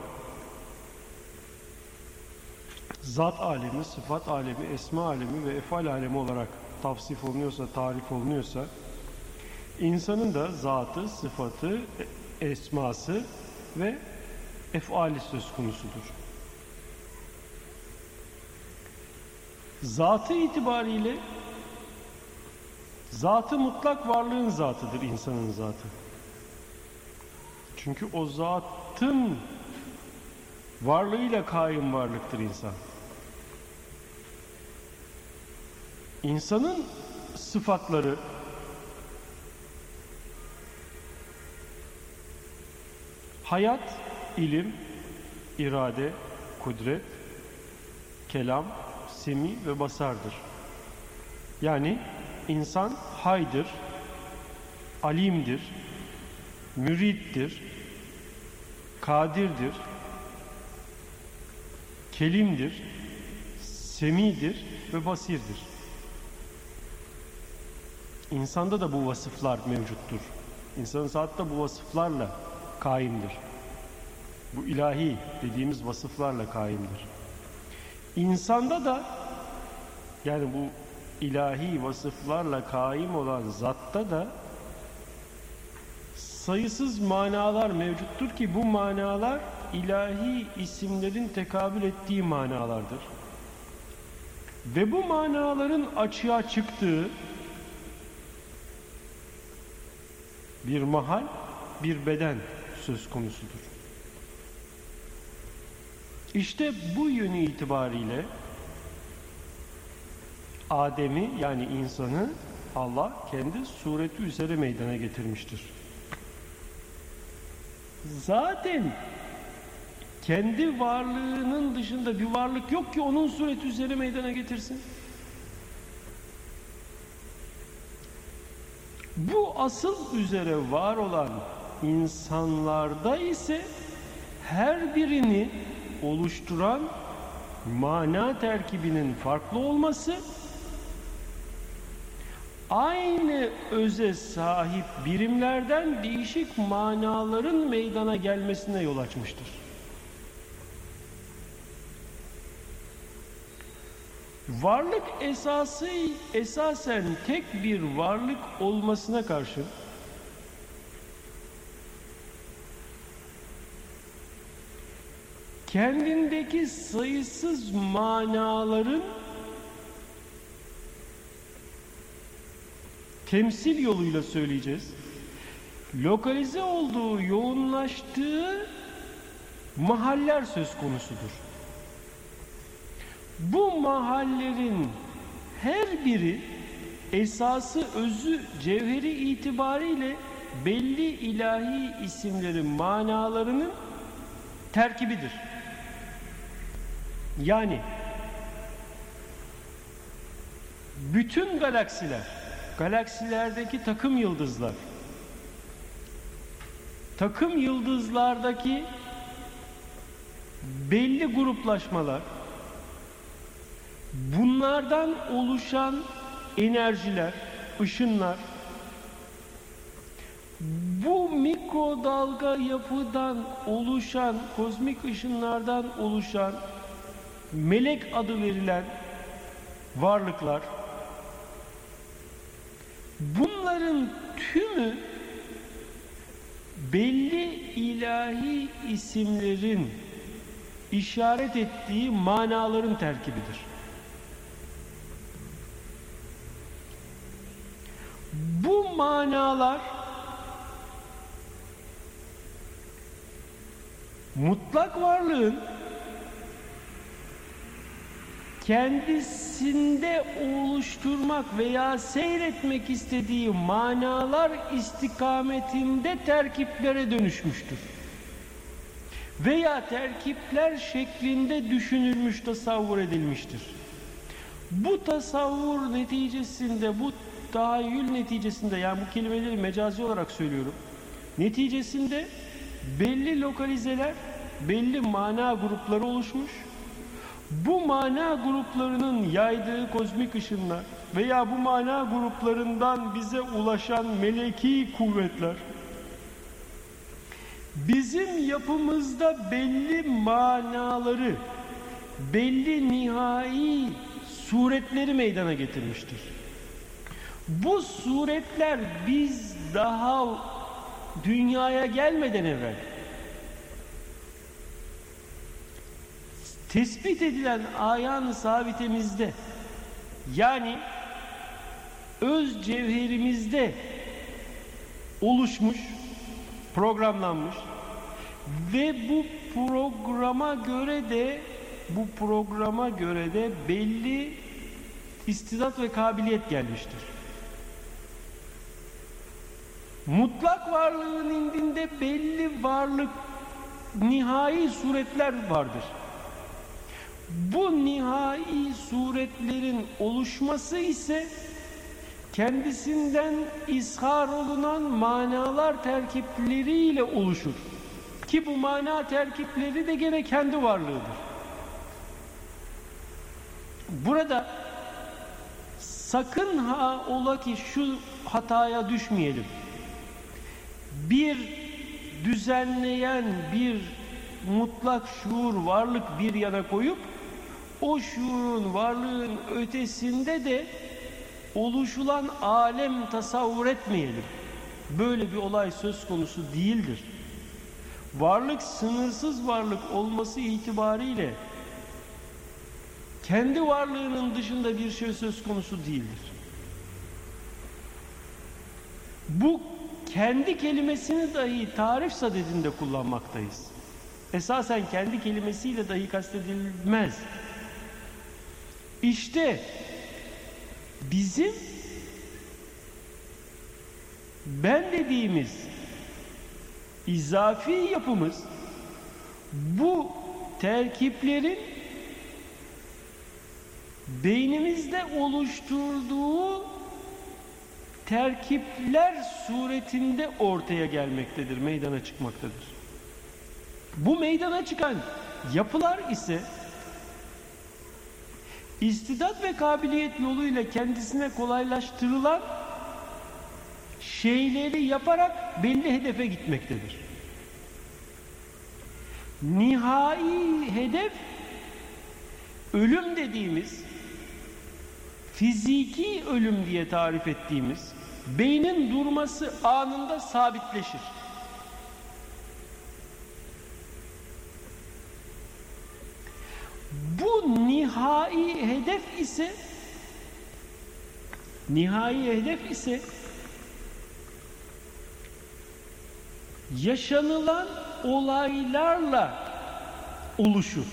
Zat alemi, sıfat alemi, esma alemi ve efal alemi olarak tavsif olunuyorsa, tarif olunuyorsa, İnsanın da zatı, sıfatı, esması ve efali söz konusudur. Zatı itibariyle zatı mutlak varlığın zatıdır insanın zatı. Çünkü o zatın varlığıyla kaim varlıktır insan. İnsanın sıfatları hayat, ilim, irade, kudret, kelam, semi ve basardır. Yani insan haydır, alimdir, mürittir, kadirdir, kelimdir, semidir ve basirdir. İnsanda da bu vasıflar mevcuttur. İnsanın zatı da bu vasıflarla kaimdir. Bu ilahi dediğimiz vasıflarla kaimdir. İnsanda da yani bu ilahi vasıflarla kaim olan zatta da sayısız manalar mevcuttur ki bu manalar ilahi isimlerin tekabül ettiği manalardır. Ve bu manaların açığa çıktığı bir mahal, bir beden söz konusudur. İşte bu yönü itibariyle Adem'i yani insanı Allah kendi sureti üzere meydana getirmiştir. Zaten kendi varlığının dışında bir varlık yok ki onun sureti üzere meydana getirsin. Bu asıl üzere var olan insanlarda ise her birini oluşturan mana terkibinin farklı olması aynı öze sahip birimlerden değişik manaların meydana gelmesine yol açmıştır. Varlık esasen tek bir varlık olmasına karşın kendindeki sayısız manaların temsil yoluyla söyleyeceğiz. Lokalize olduğu, yoğunlaştığı mahaller söz konusudur. Bu mahallerin her biri esası, özü, cevheri itibariyle belli ilahi isimlerin manalarının terkibidir. Yani bütün galaksilerdeki takım yıldızlar, takım yıldızlardaki belli gruplaşmalar, bunlardan oluşan enerjiler, ışınlar, bu mikrodalga yapıdan oluşan, kozmik ışınlardan oluşan melek adı verilen varlıklar, bunların tümü belli ilahi isimlerin işaret ettiği manaların terkibidir. Bu manalar mutlak varlığın kendisinde oluşturmak veya seyretmek istediği manalar istikametinde terkiplere dönüşmüştür. Veya terkipler şeklinde düşünülmüş, tasavvur edilmiştir. Bu tasavvur neticesinde, bu tahayyül neticesinde, yani bu kelimeleri mecazi olarak söylüyorum, neticesinde belli lokalizeler, belli mana grupları oluşmuş. Bu mana gruplarının yaydığı kozmik ışınlar veya bu mana gruplarından bize ulaşan meleki kuvvetler bizim yapımızda belli manaları, belli nihai suretleri meydana getirmiştir. Bu suretler biz daha dünyaya gelmeden evvel tespit edilen ayağını sabitemizde, yani öz cevherimizde oluşmuş, programlanmış ve bu programa göre de belli istidat ve kabiliyet gelmiştir. Mutlak varlığın indinde belli varlık, nihai suretler vardır. Bu nihai suretlerin oluşması ise kendisinden izhar olunan manalar terkipleriyle oluşur. Ki bu mana terkipleri de gene kendi varlığıdır. Burada sakın ha ola ki şu hataya düşmeyelim. Bir düzenleyen bir mutlak şuur, varlık bir yana koyup o şuurun, varlığın ötesinde de oluşulan alem tasavvur etmeyelim. Böyle bir olay söz konusu değildir. Varlık sınırsız varlık olması itibariyle kendi varlığının dışında bir şey söz konusu değildir. Bu kendi kelimesini dahi tarif sadedinde kullanmaktayız. Esasen kendi kelimesiyle dahi kastedilmez. İşte bizim ben dediğimiz izafi yapımız bu terkiplerin beynimizde oluşturduğu terkipler suretinde ortaya gelmektedir, meydana çıkmaktadır. Bu meydana çıkan yapılar ise istidat ve kabiliyet yoluyla kendisine kolaylaştırılan şeyleri yaparak belli hedefe gitmektedir. Nihai hedef ölüm dediğimiz, fiziki ölüm diye tarif ettiğimiz beynin durması anında sabitleşir. Bu nihai hedef ise yaşanılan olaylarla oluşur.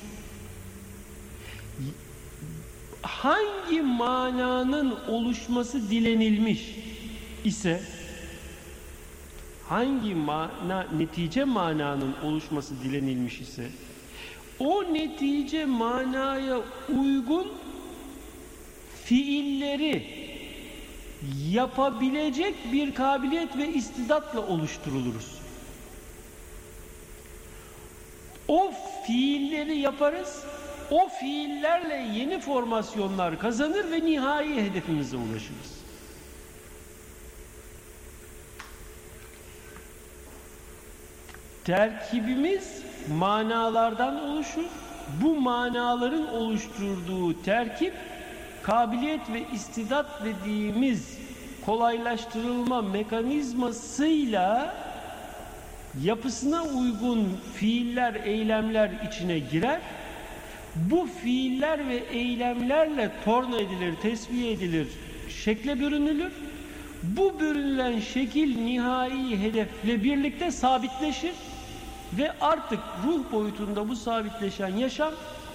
Hangi mananın oluşması dilenilmiş ise, netice mananın oluşması dilenilmiş ise, o netice manaya uygun fiilleri yapabilecek bir kabiliyet ve istidatla oluşturuluruz. O fiilleri yaparız, o fiillerle yeni formasyonlar kazanır ve nihai hedefimize ulaşırız. Terkibimiz manalardan oluşur. Bu manaların oluşturduğu terkip, kabiliyet ve istidat dediğimiz kolaylaştırılma mekanizmasıyla yapısına uygun fiiller, eylemler içine girer. Bu fiiller ve eylemlerle torna edilir, tesviye edilir, şekle bürünülür. Bu bürünülen şekil nihai hedefle birlikte sabitleşir ve artık ruh boyutunda bu sabitleşen yaşam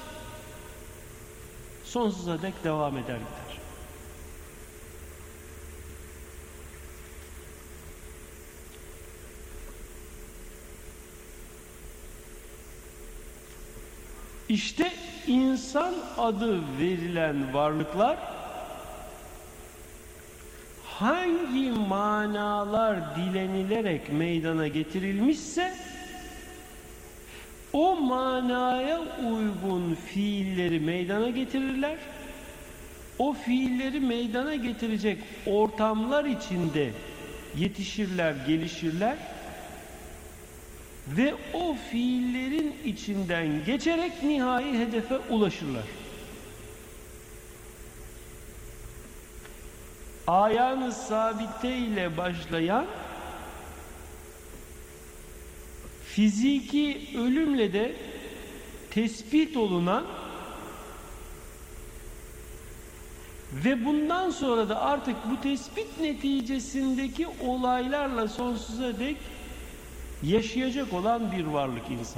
sonsuza dek devam eder gider. İşte insan adı verilen varlıklar hangi manalar dilenilerek meydana getirilmişse o manaya uygun fiilleri meydana getirirler. O fiilleri meydana getirecek ortamlar içinde yetişirler, gelişirler ve o fiillerin içinden geçerek nihai hedefe ulaşırlar. ayağını sabite ile başlayan, fiziki ölümle de tespit olunan ve bundan sonra da artık bu tespit neticesindeki olaylarla sonsuza dek yaşayacak olan bir varlık insan.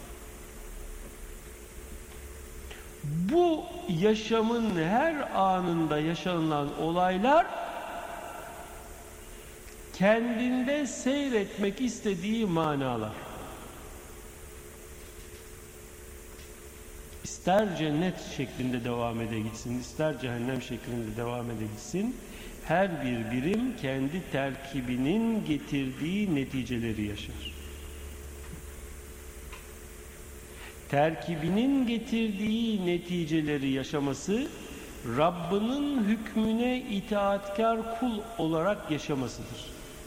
Bu yaşamın her anında yaşanılan olaylar kendinde seyretmek istediği manalar. İster cennet şeklinde devam ede gitsin, ister cehennem şeklinde devam ede gitsin, her bir birim kendi terkibinin getirdiği neticeleri yaşar. Terkibinin getirdiği neticeleri yaşaması, Rabbinin hükmüne itaatkar kul olarak yaşamasıdır.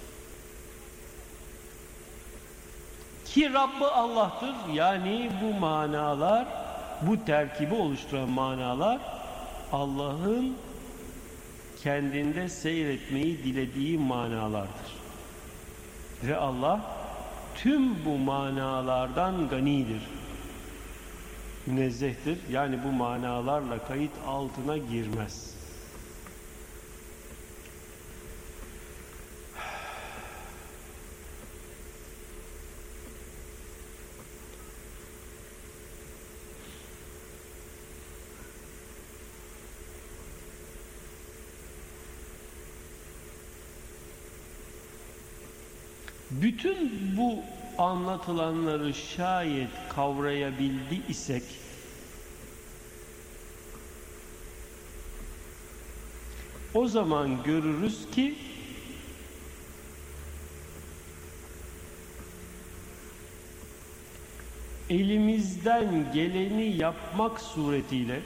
Ki Rabbı Allah'tır. Yani bu manalar, bu terkibi oluşturan manalar Allah'ın kendinde seyretmeyi dilediği manalardır. Ve Allah tüm bu manalardan ganidir, münezzehtir. Yani bu manalarla kayıt altına girmez. Bütün bu anlatılanları şayet kavrayabildi isek, o zaman görürüz ki elimizden geleni yapmak suretiyle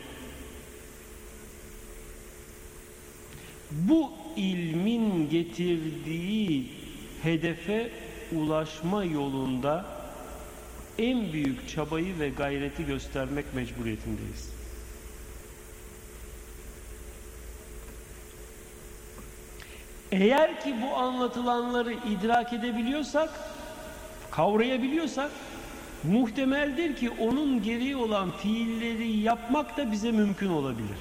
bu ilmin getirdiği hedefe ulaşma yolunda en büyük çabayı ve gayreti göstermek mecburiyetindeyiz. Eğer ki bu anlatılanları idrak edebiliyorsak, kavrayabiliyorsak, muhtemeldir ki onun gereği olan fiilleri yapmak da bize mümkün olabilir.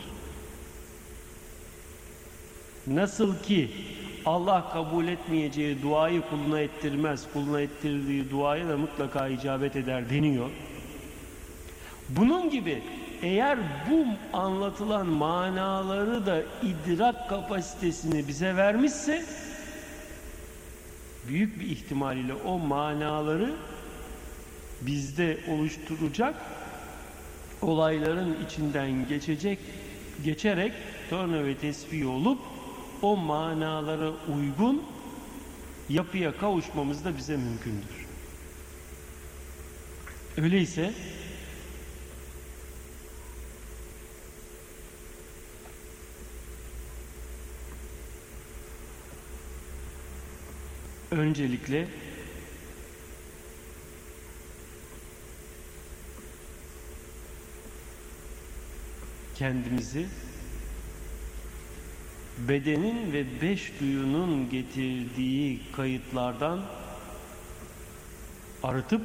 Nasıl ki Allah kabul etmeyeceği duayı kuluna ettirmez, kuluna ettirdiği duaya da mutlaka icabet eder deniyor. Bunun gibi eğer bu anlatılan manaları da idrak kapasitesini bize vermişse, büyük bir ihtimal ile o manaları bizde oluşturacak, olayların içinden geçerek torna ve tesbih olup o manalara uygun yapıya kavuşmamız da bize mümkündür. Öyleyse öncelikle kendimizi bedenin ve 5 duyunun getirdiği kayıtlardan arıtıp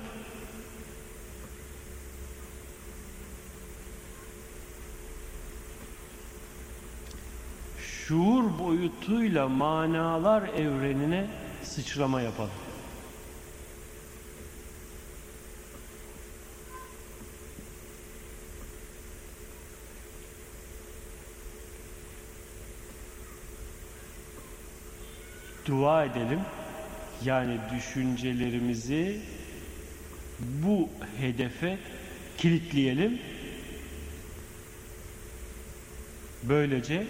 şuur boyutuyla manalar evrenine sıçrama yapalım. Dua edelim. Yani düşüncelerimizi bu hedefe kilitleyelim. Böylece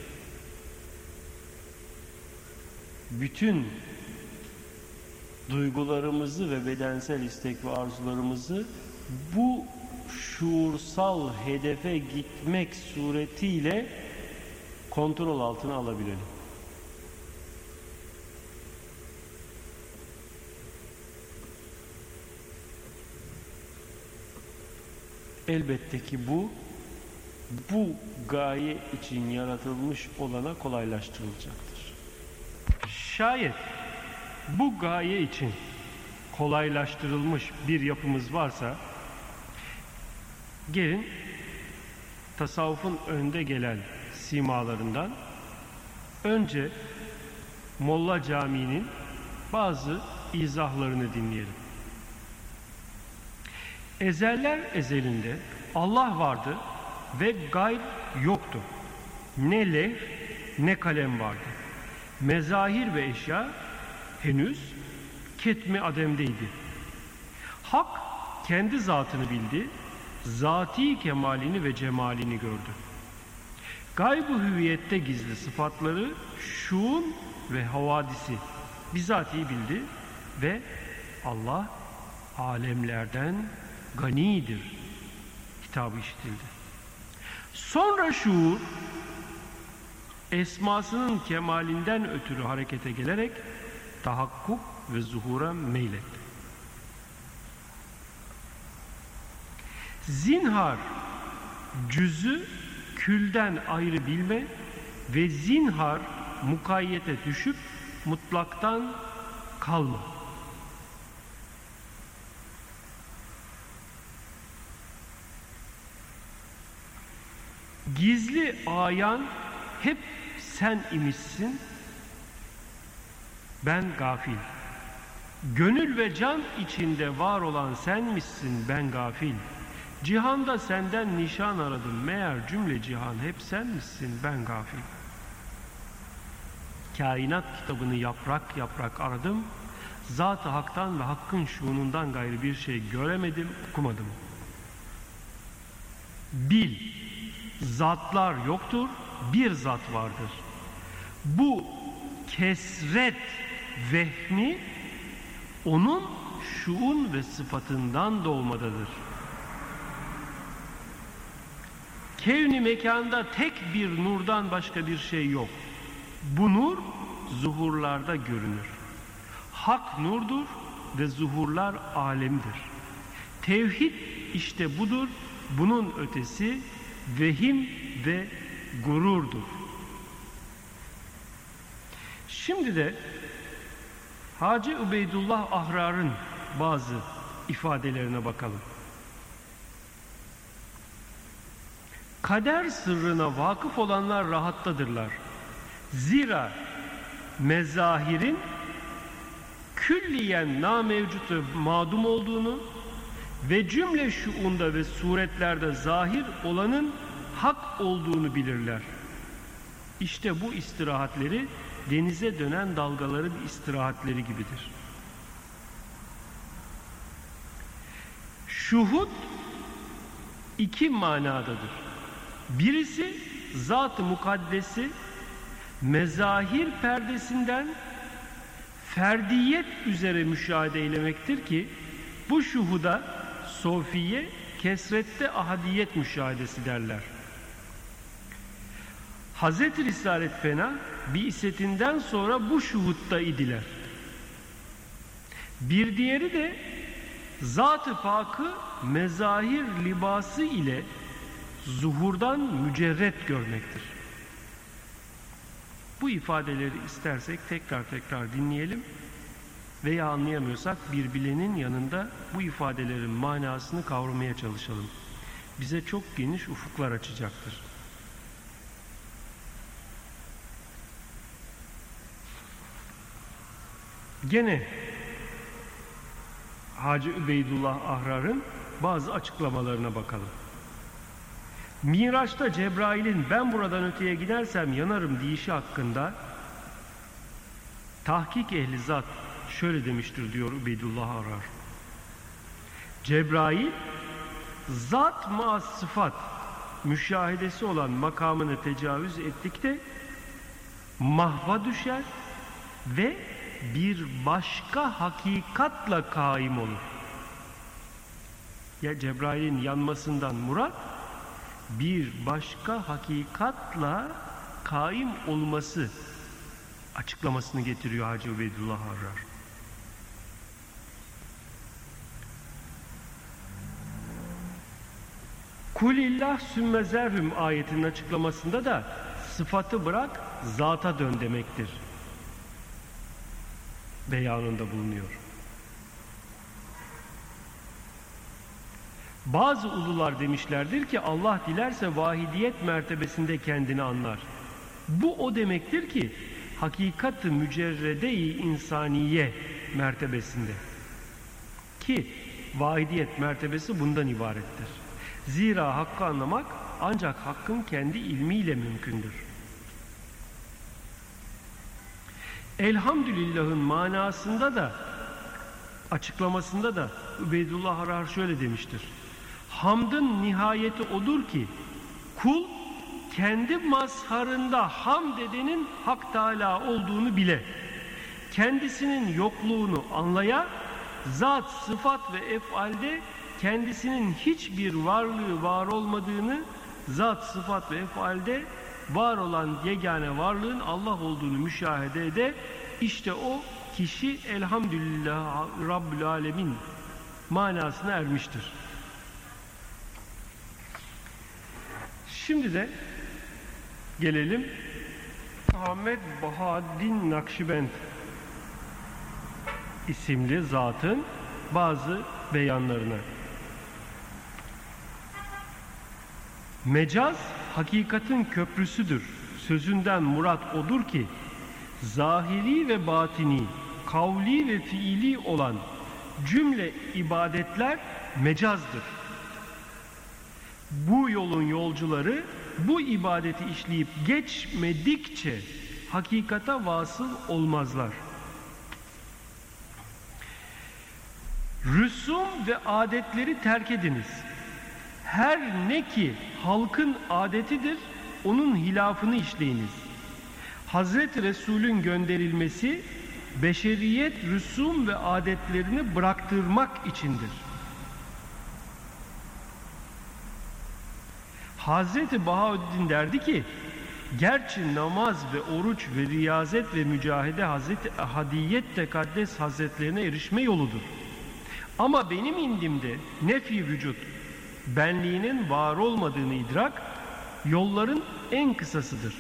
bütün duygularımızı ve bedensel istek ve arzularımızı bu şuursal hedefe gitmek suretiyle kontrol altına alabilelim. Elbette ki bu bu gaye için yaratılmış olana kolaylaştırılacaktır. Şayet bu gaye için kolaylaştırılmış bir yapımız varsa, gelin tasavvufun önde gelen simalarından önce Molla Camii'nin bazı izahlarını dinleyelim. Ezeller ezelinde Allah vardı ve gayb yoktu. Ne levh ne kalem vardı. Mezahir ve eşya henüz ketmi ademdeydi. Hak kendi zatını bildi, zati kemalini ve cemalini gördü. Gayb-ı hüviyette gizli sıfatları, şuun ve havadisi bizatihi bildi ve Allah alemlerden ganidir hitabı işitildi. Sonra şuur esmasının kemalinden ötürü harekete gelerek tahakkuk ve zuhura meyletti. Zinhar cüzü külden ayrı bilme ve zinhar mukayyete düşüp mutlaktan kalma. Gizli ayan hep sen imişsin, ben gafil. Gönül ve can içinde var olan senmişsin, ben gafil. Cihanda senden nişan aradım, meğer cümle cihan hep senmişsin, ben gafil. Kainat kitabını yaprak yaprak aradım, zat-ı haktan ve hakkın şuunundan gayrı bir şey göremedim, okumadım. Bil, zatlar yoktur, bir zat vardır. Bu kesret vehmi onun şuun ve sıfatından doğmadadır. Kevni mekanda tek bir nurdan başka bir şey yok. Bu nur zuhurlarda görünür. Hak nurdur ve zuhurlar alemdir. Tevhid işte budur. Bunun ötesi vehim ve gururdur. Şimdi de Hacı Übeydullah Ahrar'ın bazı ifadelerine bakalım. Kader sırrına vakıf olanlar rahattadırlar. Zira mezahirin külliyen namevcut ve madum olduğunu ve cümle şuunda ve suretlerde zahir olanın hak olduğunu bilirler. İşte bu istirahatleri denize dönen dalgaların istirahatleri gibidir. Şuhud iki manadadır. Birisi zat-ı mukaddesi mezahir perdesinden ferdiyet üzere müşahede eylemektir ki bu şuhuda sofiye kesrette ahadiyet müşahedesi derler. Hazreti Risalet Fena bi'setinden sonra bu şuhutta idiler. Bir diğeri de zat-ı pakı mezahir libası ile zuhurdan mücerret görmektir. Bu ifadeleri istersek tekrar tekrar dinleyelim veya anlayamıyorsak bir bilenin yanında bu ifadelerin manasını kavramaya çalışalım. Bize çok geniş ufuklar açacaktır. Gene Hacı Übeydullah Ahrar'ın bazı açıklamalarına bakalım. Miraç'ta Cebrail'in ben buradan öteye gidersem yanarım deyişi hakkında tahkik ehli zat şöyle demiştir diyor Übeydullah Ahrar. Cebrail zat ma sıfat müşahedesi olan makamını tecavüz ettikte mahva düşer ve bir başka hakikatla kaim olur. Ya Cebrail'in yanmasından murat bir başka hakikatla kaim olması açıklamasını getiriyor Hacı Übeydullah Ahrar. Kulillah sümme zerhum ayetinin açıklamasında da sıfatı bırak zata dön demektir beyanında bulunuyor. Bazı ulular demişlerdir ki Allah dilerse vahidiyet mertebesinde kendini anlar. Bu o demektir ki hakikat-ı mücerrede-i insaniye mertebesinde. Ki vahidiyet mertebesi bundan ibarettir. Zira hakkı anlamak ancak hakkın kendi ilmiyle mümkündür. Elhamdülillah'ın manasında da açıklamasında da Übeydullah Harar şöyle demiştir. Hamdın nihayeti odur ki kul kendi mazharında hamd edenin Hak Teâlâ olduğunu bile, kendisinin yokluğunu anlaya, zat, sıfat ve efalde kendisinin hiçbir varlığı var olmadığını, zat, sıfat ve efalde var olan yegane varlığın Allah olduğunu müşahede ede, işte o kişi elhamdülillah Rabbül Alemin manasına ermiştir. Şimdi de gelelim Ahmet Bahaddin Nakşibend isimli zatın bazı beyanlarına. Mecaz hakikatin köprüsüdür. Sözünden murat odur ki zahiri ve batini, kavli ve fiili olan cümle ibadetler mecazdır. Bu yolun yolcuları bu ibadeti işleyip geçmedikçe hakikata vasıl olmazlar. Rüsum ve adetleri terk ediniz. Her ne ki halkın adetidir, onun hilafını işleyiniz. Hazreti Resul'ün gönderilmesi, beşeriyet rüsum ve adetlerini bıraktırmak içindir. Hazreti Bahaüddin derdi ki, gerçi namaz ve oruç ve riyazet ve mücahede Hazreti Hadiyet Tekaddes Hazretlerine erişme yoludur. Ama benim indimde nefi vücut, benliğinin var olmadığını idrak, yolların en kısasıdır.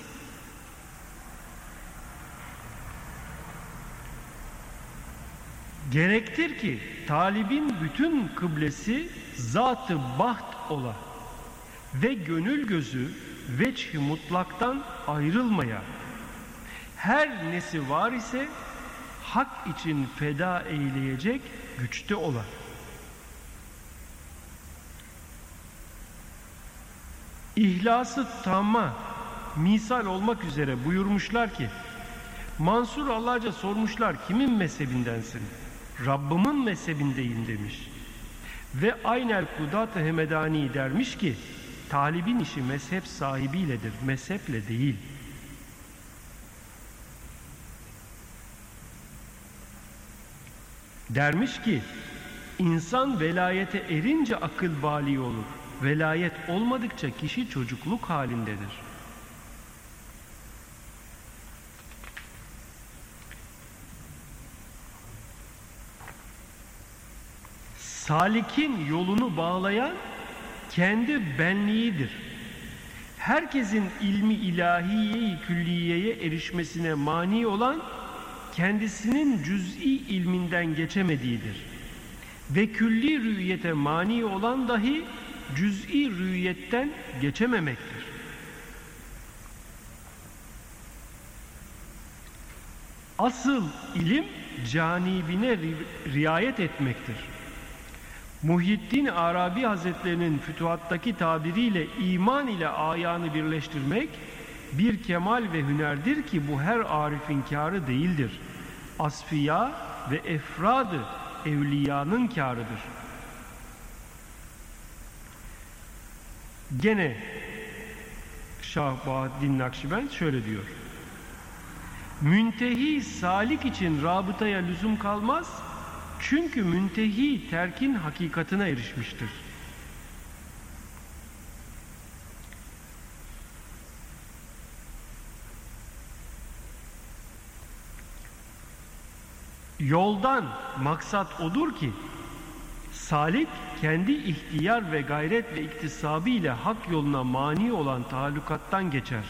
Gerektir ki talibin bütün kıblesi zat-ı baht ola ve gönül gözü veçh-i mutlaktan ayrılmaya, her nesi var ise hak için feda eyleyecek güçte ola. İhlas-ı tamma misal olmak üzere buyurmuşlar ki, Mansur Allah'a sormuşlar, kimin mezhebindensin? Rabbimin mezhebindeyim demiş. Ve Aynel Kudat-ı Hemedani dermiş ki, talibin işi mezhep sahibiyledir, mezheple değil. Dermiş ki, insan velayete erince akıl bali olur. Velayet olmadıkça kişi çocukluk halindedir. Salikin yolunu bağlayan kendi benliğidir. Herkesin ilmi ilahiye-i külliyeye erişmesine mani olan kendisinin cüz'i ilminden geçemediğidir. Ve külli rü'yete mani olan dahi cüz'i rü'yetten geçememektir. Asıl ilim canibine riayet etmektir. Muhyiddin Arabi Hazretlerinin Fütuhat'taki tabiriyle iman ile ayanı birleştirmek bir kemal ve hünerdir ki bu her arifin kârı değildir. Asfiya ve efradı evliyanın kârıdır. Gene Şah Bahaddin Nakşibend şöyle diyor. Müntehi salik için rabıtaya lüzum kalmaz. Çünkü müntehi terkin hakikatine erişmiştir. Yoldan maksat odur ki Salik kendi ihtiyar ve gayret ve iktisabı ile hak yoluna mani olan taallukattan geçer.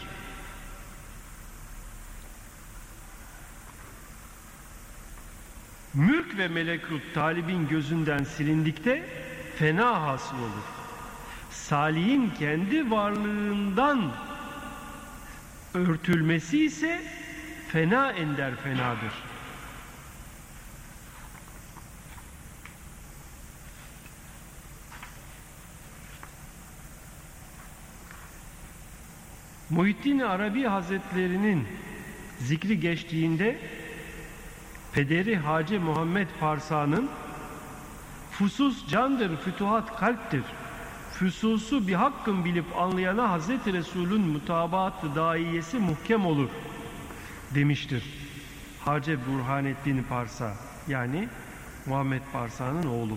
Mülk ve melekut talibin gözünden silindikte fena hasıl olur. Salihin kendi varlığından örtülmesi ise fena ender fenadır. Muhittin Arabi Hazretleri'nin zikri geçtiğinde pederi Hacı Muhammed Parsa'nın "Fusus candır, fütuhat kalptir. Füsusu bir hakkın bilip anlayana Hazreti Resul'ün mutabaat-ı daiyesi muhkem olur" demiştir. Hacı Burhanettin Parsa, yani Muhammed Parsa'nın oğlu.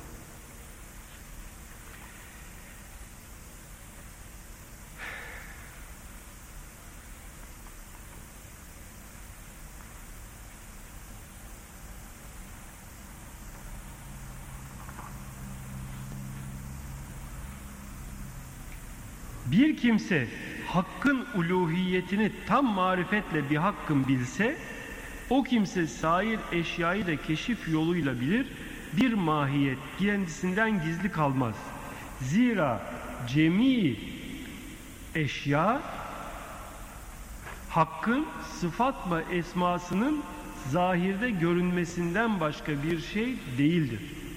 Bir kimse hakkın uluhiyetini tam marifetle bir hakkın bilse, o kimse sair eşyayı da keşif yoluyla bilir, bir mahiyet kendisinden gizli kalmaz. Zira cemi eşya hakkın sıfat ve esmasının zahirde görünmesinden başka bir şey değildir.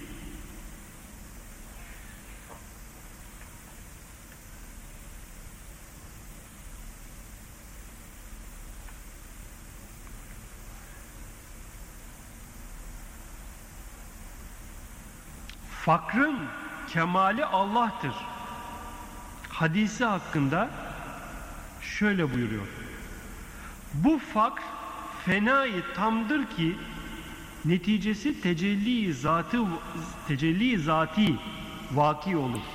Fakrın kemali Allah'tır hadisi hakkında şöyle buyuruyor: bu fakr fenayı tamdır ki neticesi tecelli zati vaki olur.